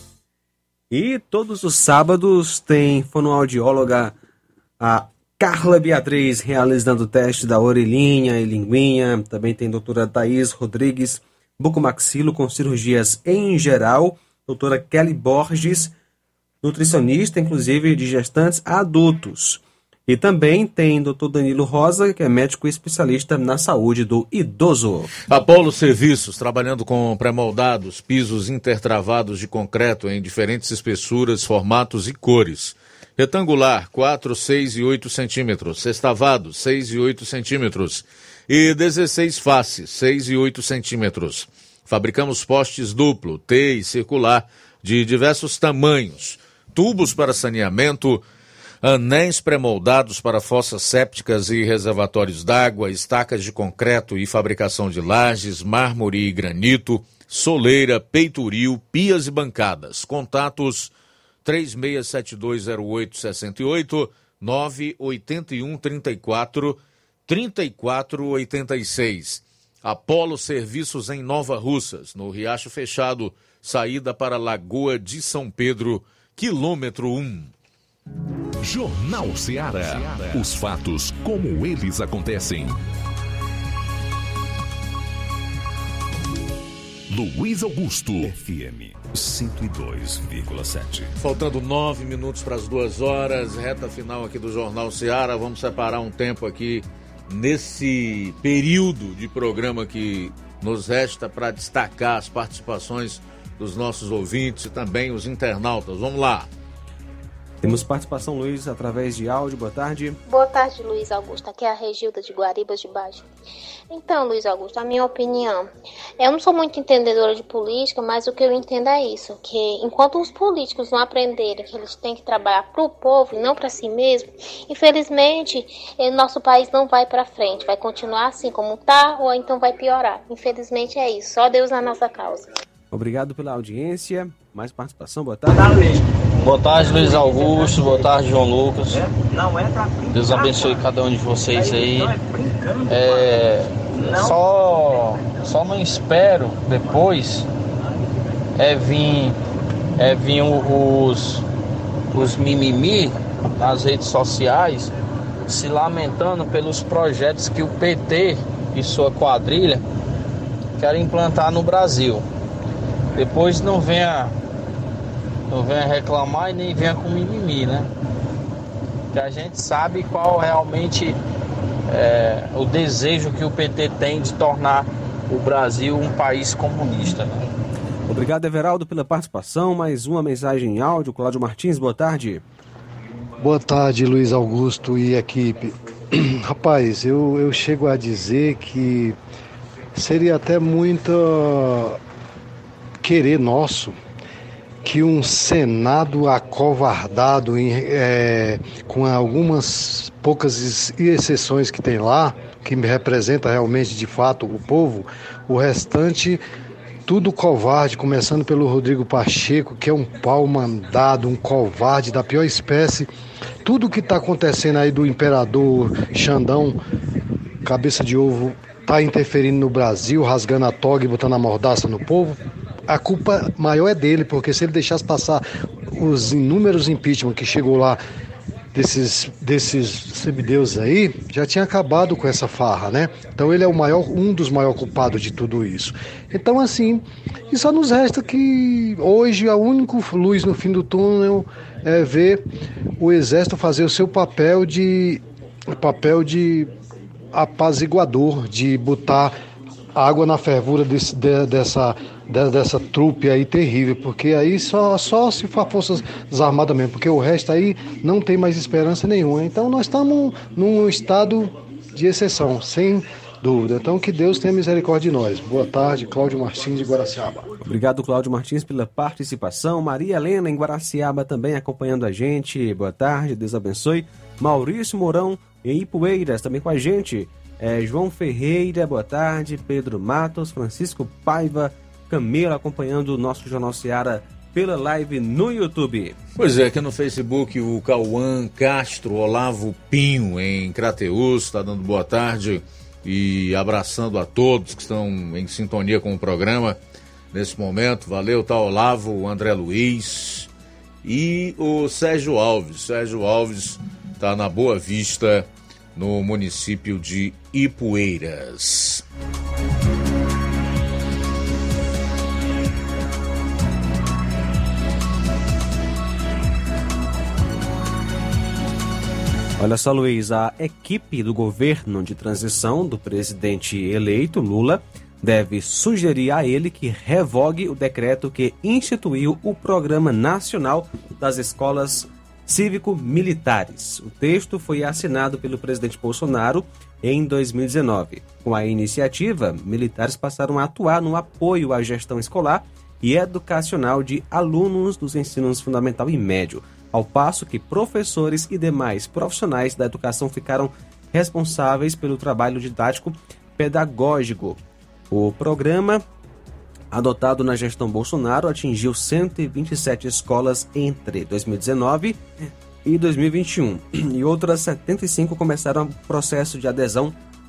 E todos os sábados tem fonoaudióloga a Carla Beatriz realizando o teste da orelhinha e linguinha. Também tem a doutora Thaís Rodrigues, bucomaxilo com cirurgias em geral. Doutora Kelly Borges, nutricionista, inclusive de gestantes a adultos. E também tem doutor Danilo Rosa, que é médico especialista na saúde do idoso. Apolo Serviços, trabalhando com pré-moldados, pisos intertravados de concreto em diferentes espessuras, formatos e cores. Retangular, quatro, seis e oito centímetros. Sextavado, seis e oito centímetros. E dezesseis faces, seis e oito centímetros. Fabricamos postes duplo, T e circular, de diversos tamanhos. Tubos para saneamento, anéis pré-moldados para fossas sépticas e reservatórios d'água, estacas de concreto e fabricação de lajes, mármore e granito, soleira, peitoril, pias e bancadas. Contatos três seis sete dois zero oito seis oito, nove oito um três quatro, três quatro oito seis. Apolo Serviços em Nova Russas, no Riacho Fechado, saída para Lagoa de São Pedro, quilômetro um. Jornal Ceará. Os fatos como eles acontecem. Luiz Augusto. F M cento e dois vírgula sete. Faltando nove minutos para as duas horas, reta final aqui do Jornal Ceará. Vamos separar um tempo aqui nesse período de programa que nos resta para destacar as participações dos nossos ouvintes e também os internautas. Vamos lá. Temos participação, Luiz, através de áudio. Boa tarde. Boa tarde, Luiz Augusto. Aqui é a Regilda de Guaribas de Baixo. Então, Luiz Augusto, a minha opinião, eu não sou muito entendedora de política, mas o que eu entendo é isso, que enquanto os políticos não aprenderem que eles têm que trabalhar para o povo e não para si mesmo, infelizmente, nosso país não vai para frente, vai continuar assim como está ou então vai piorar. Infelizmente é isso, só Deus na nossa causa. Obrigado pela audiência. Mais participação, boa tarde. Boa tarde, Luiz Augusto. Boa tarde, João Lucas. Deus abençoe cada um de vocês aí. É, só, só não espero depois é vir, é vir os, os mimimi nas redes sociais se lamentando pelos projetos que o P T e sua quadrilha querem implantar no Brasil. Depois não venha, não venha reclamar e nem venha com mimimi, né? Que a gente sabe qual realmente é o desejo que o P T tem de tornar o Brasil um país comunista, né? Obrigado, Everaldo, pela participação. Mais uma mensagem em áudio. Cláudio Martins, boa tarde. Boa tarde, Luiz Augusto e equipe. Rapaz, eu, eu chego a dizer que seria até muito querer nosso que um Senado acovardado em, é, com algumas poucas exceções que tem lá, que representa realmente de fato o povo, o restante tudo covarde, começando pelo Rodrigo Pacheco, que é um pau mandado, um covarde da pior espécie. Tudo que está acontecendo aí do imperador Xandão, cabeça de ovo, está interferindo no Brasil, rasgando a toga e botando a mordaça no povo. A culpa maior é dele, porque se ele deixasse passar os inúmeros impeachment que chegou lá desses, desses semideuses aí, já tinha acabado com essa farra, né? Então ele é o maior, um dos maiores culpados de tudo isso. Então assim, e só nos resta que hoje a única luz no fim do túnel é ver o Exército fazer o seu papel de, o papel de apaziguador, de botar água na fervura desse, de, dessa, de, dessa trupe aí terrível, porque aí só, só se for Forças Armadas mesmo, porque o resto aí não tem mais esperança nenhuma. Então nós estamos num estado de exceção, sem dúvida. Então que Deus tenha misericórdia de nós. Boa tarde, Cláudio Martins de Guaraciaba. Obrigado, Cláudio Martins, pela participação. Maria Helena em Guaraciaba também acompanhando a gente. Boa tarde, Deus abençoe. Maurício Mourão em Ipueiras também com a gente. É, João Ferreira, boa tarde. Pedro Matos, Francisco Paiva, Camila acompanhando o nosso Jornal Seara pela live no YouTube. Pois é, aqui no Facebook o Cauã Castro, Olavo Pinho em Crateús, está dando boa tarde e abraçando a todos que estão em sintonia com o programa nesse momento. Valeu, tá Olavo, o André Luiz e o Sérgio Alves. Sérgio Alves está na Boa Vista, no município de Ipueiras. Olha só, Luiz, a equipe do governo de transição do presidente eleito, Lula, deve sugerir a ele que revogue o decreto que instituiu o Programa Nacional das Escolas Cívico-Militares. O texto foi assinado pelo presidente Bolsonaro em dois mil e dezenove. Com a iniciativa, militares passaram a atuar no apoio à gestão escolar e educacional de alunos dos ensinos fundamental e médio, ao passo que professores e demais profissionais da educação ficaram responsáveis pelo trabalho didático pedagógico. O programa, adotado na gestão Bolsonaro, atingiu cento e vinte e sete escolas entre dois mil e dezenove e dois mil e vinte e um, e outras setenta e cinco começaram o processo de adesão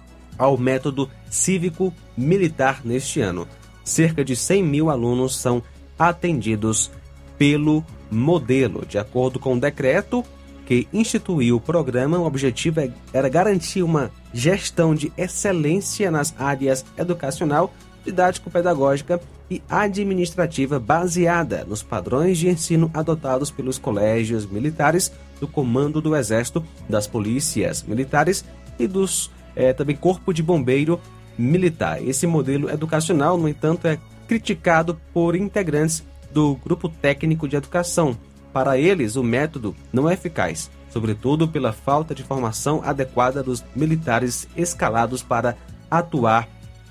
ao método cívico-militar neste ano. Cerca de cem mil alunos são atendidos pelo modelo. De acordo com o decreto que instituiu o programa, o objetivo era garantir uma gestão de excelência nas áreas educacional, didático-pedagógica e administrativa baseada nos padrões de ensino adotados pelos colégios militares do Comando do Exército, das Polícias Militares e dos é, também Corpo de Bombeiro Militar. Esse modelo educacional, no entanto, é criticado por integrantes do Grupo Técnico de Educação. Para eles, o método não é eficaz, sobretudo pela falta de formação adequada dos militares escalados para atuar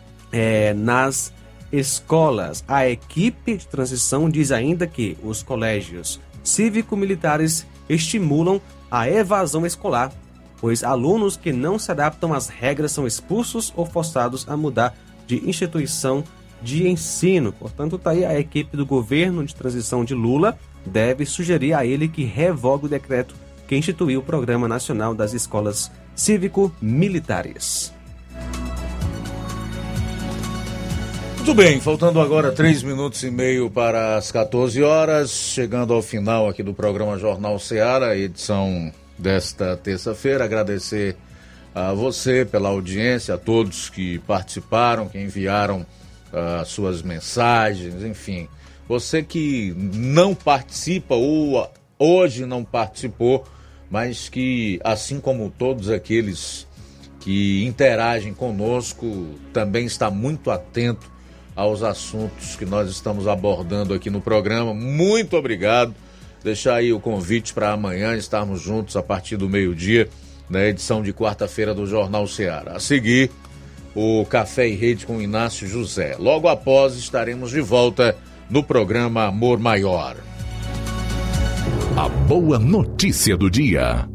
é, nas escolas. A equipe de transição diz ainda que os colégios cívico-militares estimulam a evasão escolar, pois alunos que não se adaptam às regras são expulsos ou forçados a mudar de instituição de ensino. Portanto, está aí a equipe do governo de transição de Lula deve sugerir a ele que revogue o decreto que instituiu o Programa Nacional das Escolas Cívico-Militares. Muito bem, faltando agora três minutos e meio para as quatorze horas, chegando ao final aqui do programa Jornal Seara, edição desta terça-feira. Agradecer a você pela audiência, a todos que participaram, que enviaram as suas mensagens, enfim. Você que não participa ou hoje não participou, mas que, assim como todos aqueles que interagem conosco, também está muito atento aos assuntos que nós estamos abordando aqui no programa. Muito obrigado. Deixar aí o convite para amanhã estarmos juntos a partir do meio-dia, na edição de quarta-feira do Jornal Seara. A seguir, o Café e Rede com Inácio José. Logo após, estaremos de volta no programa Amor Maior. A boa notícia do dia.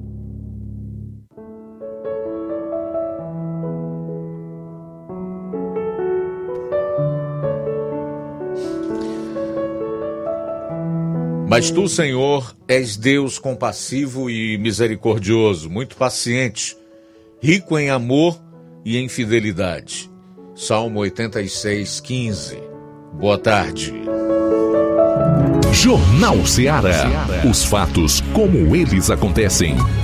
Mas tu, Senhor, és Deus compassivo e misericordioso, muito paciente, rico em amor e em fidelidade. Salmo oitenta e seis, quinze. Boa tarde. Jornal Seara. Os fatos como eles acontecem.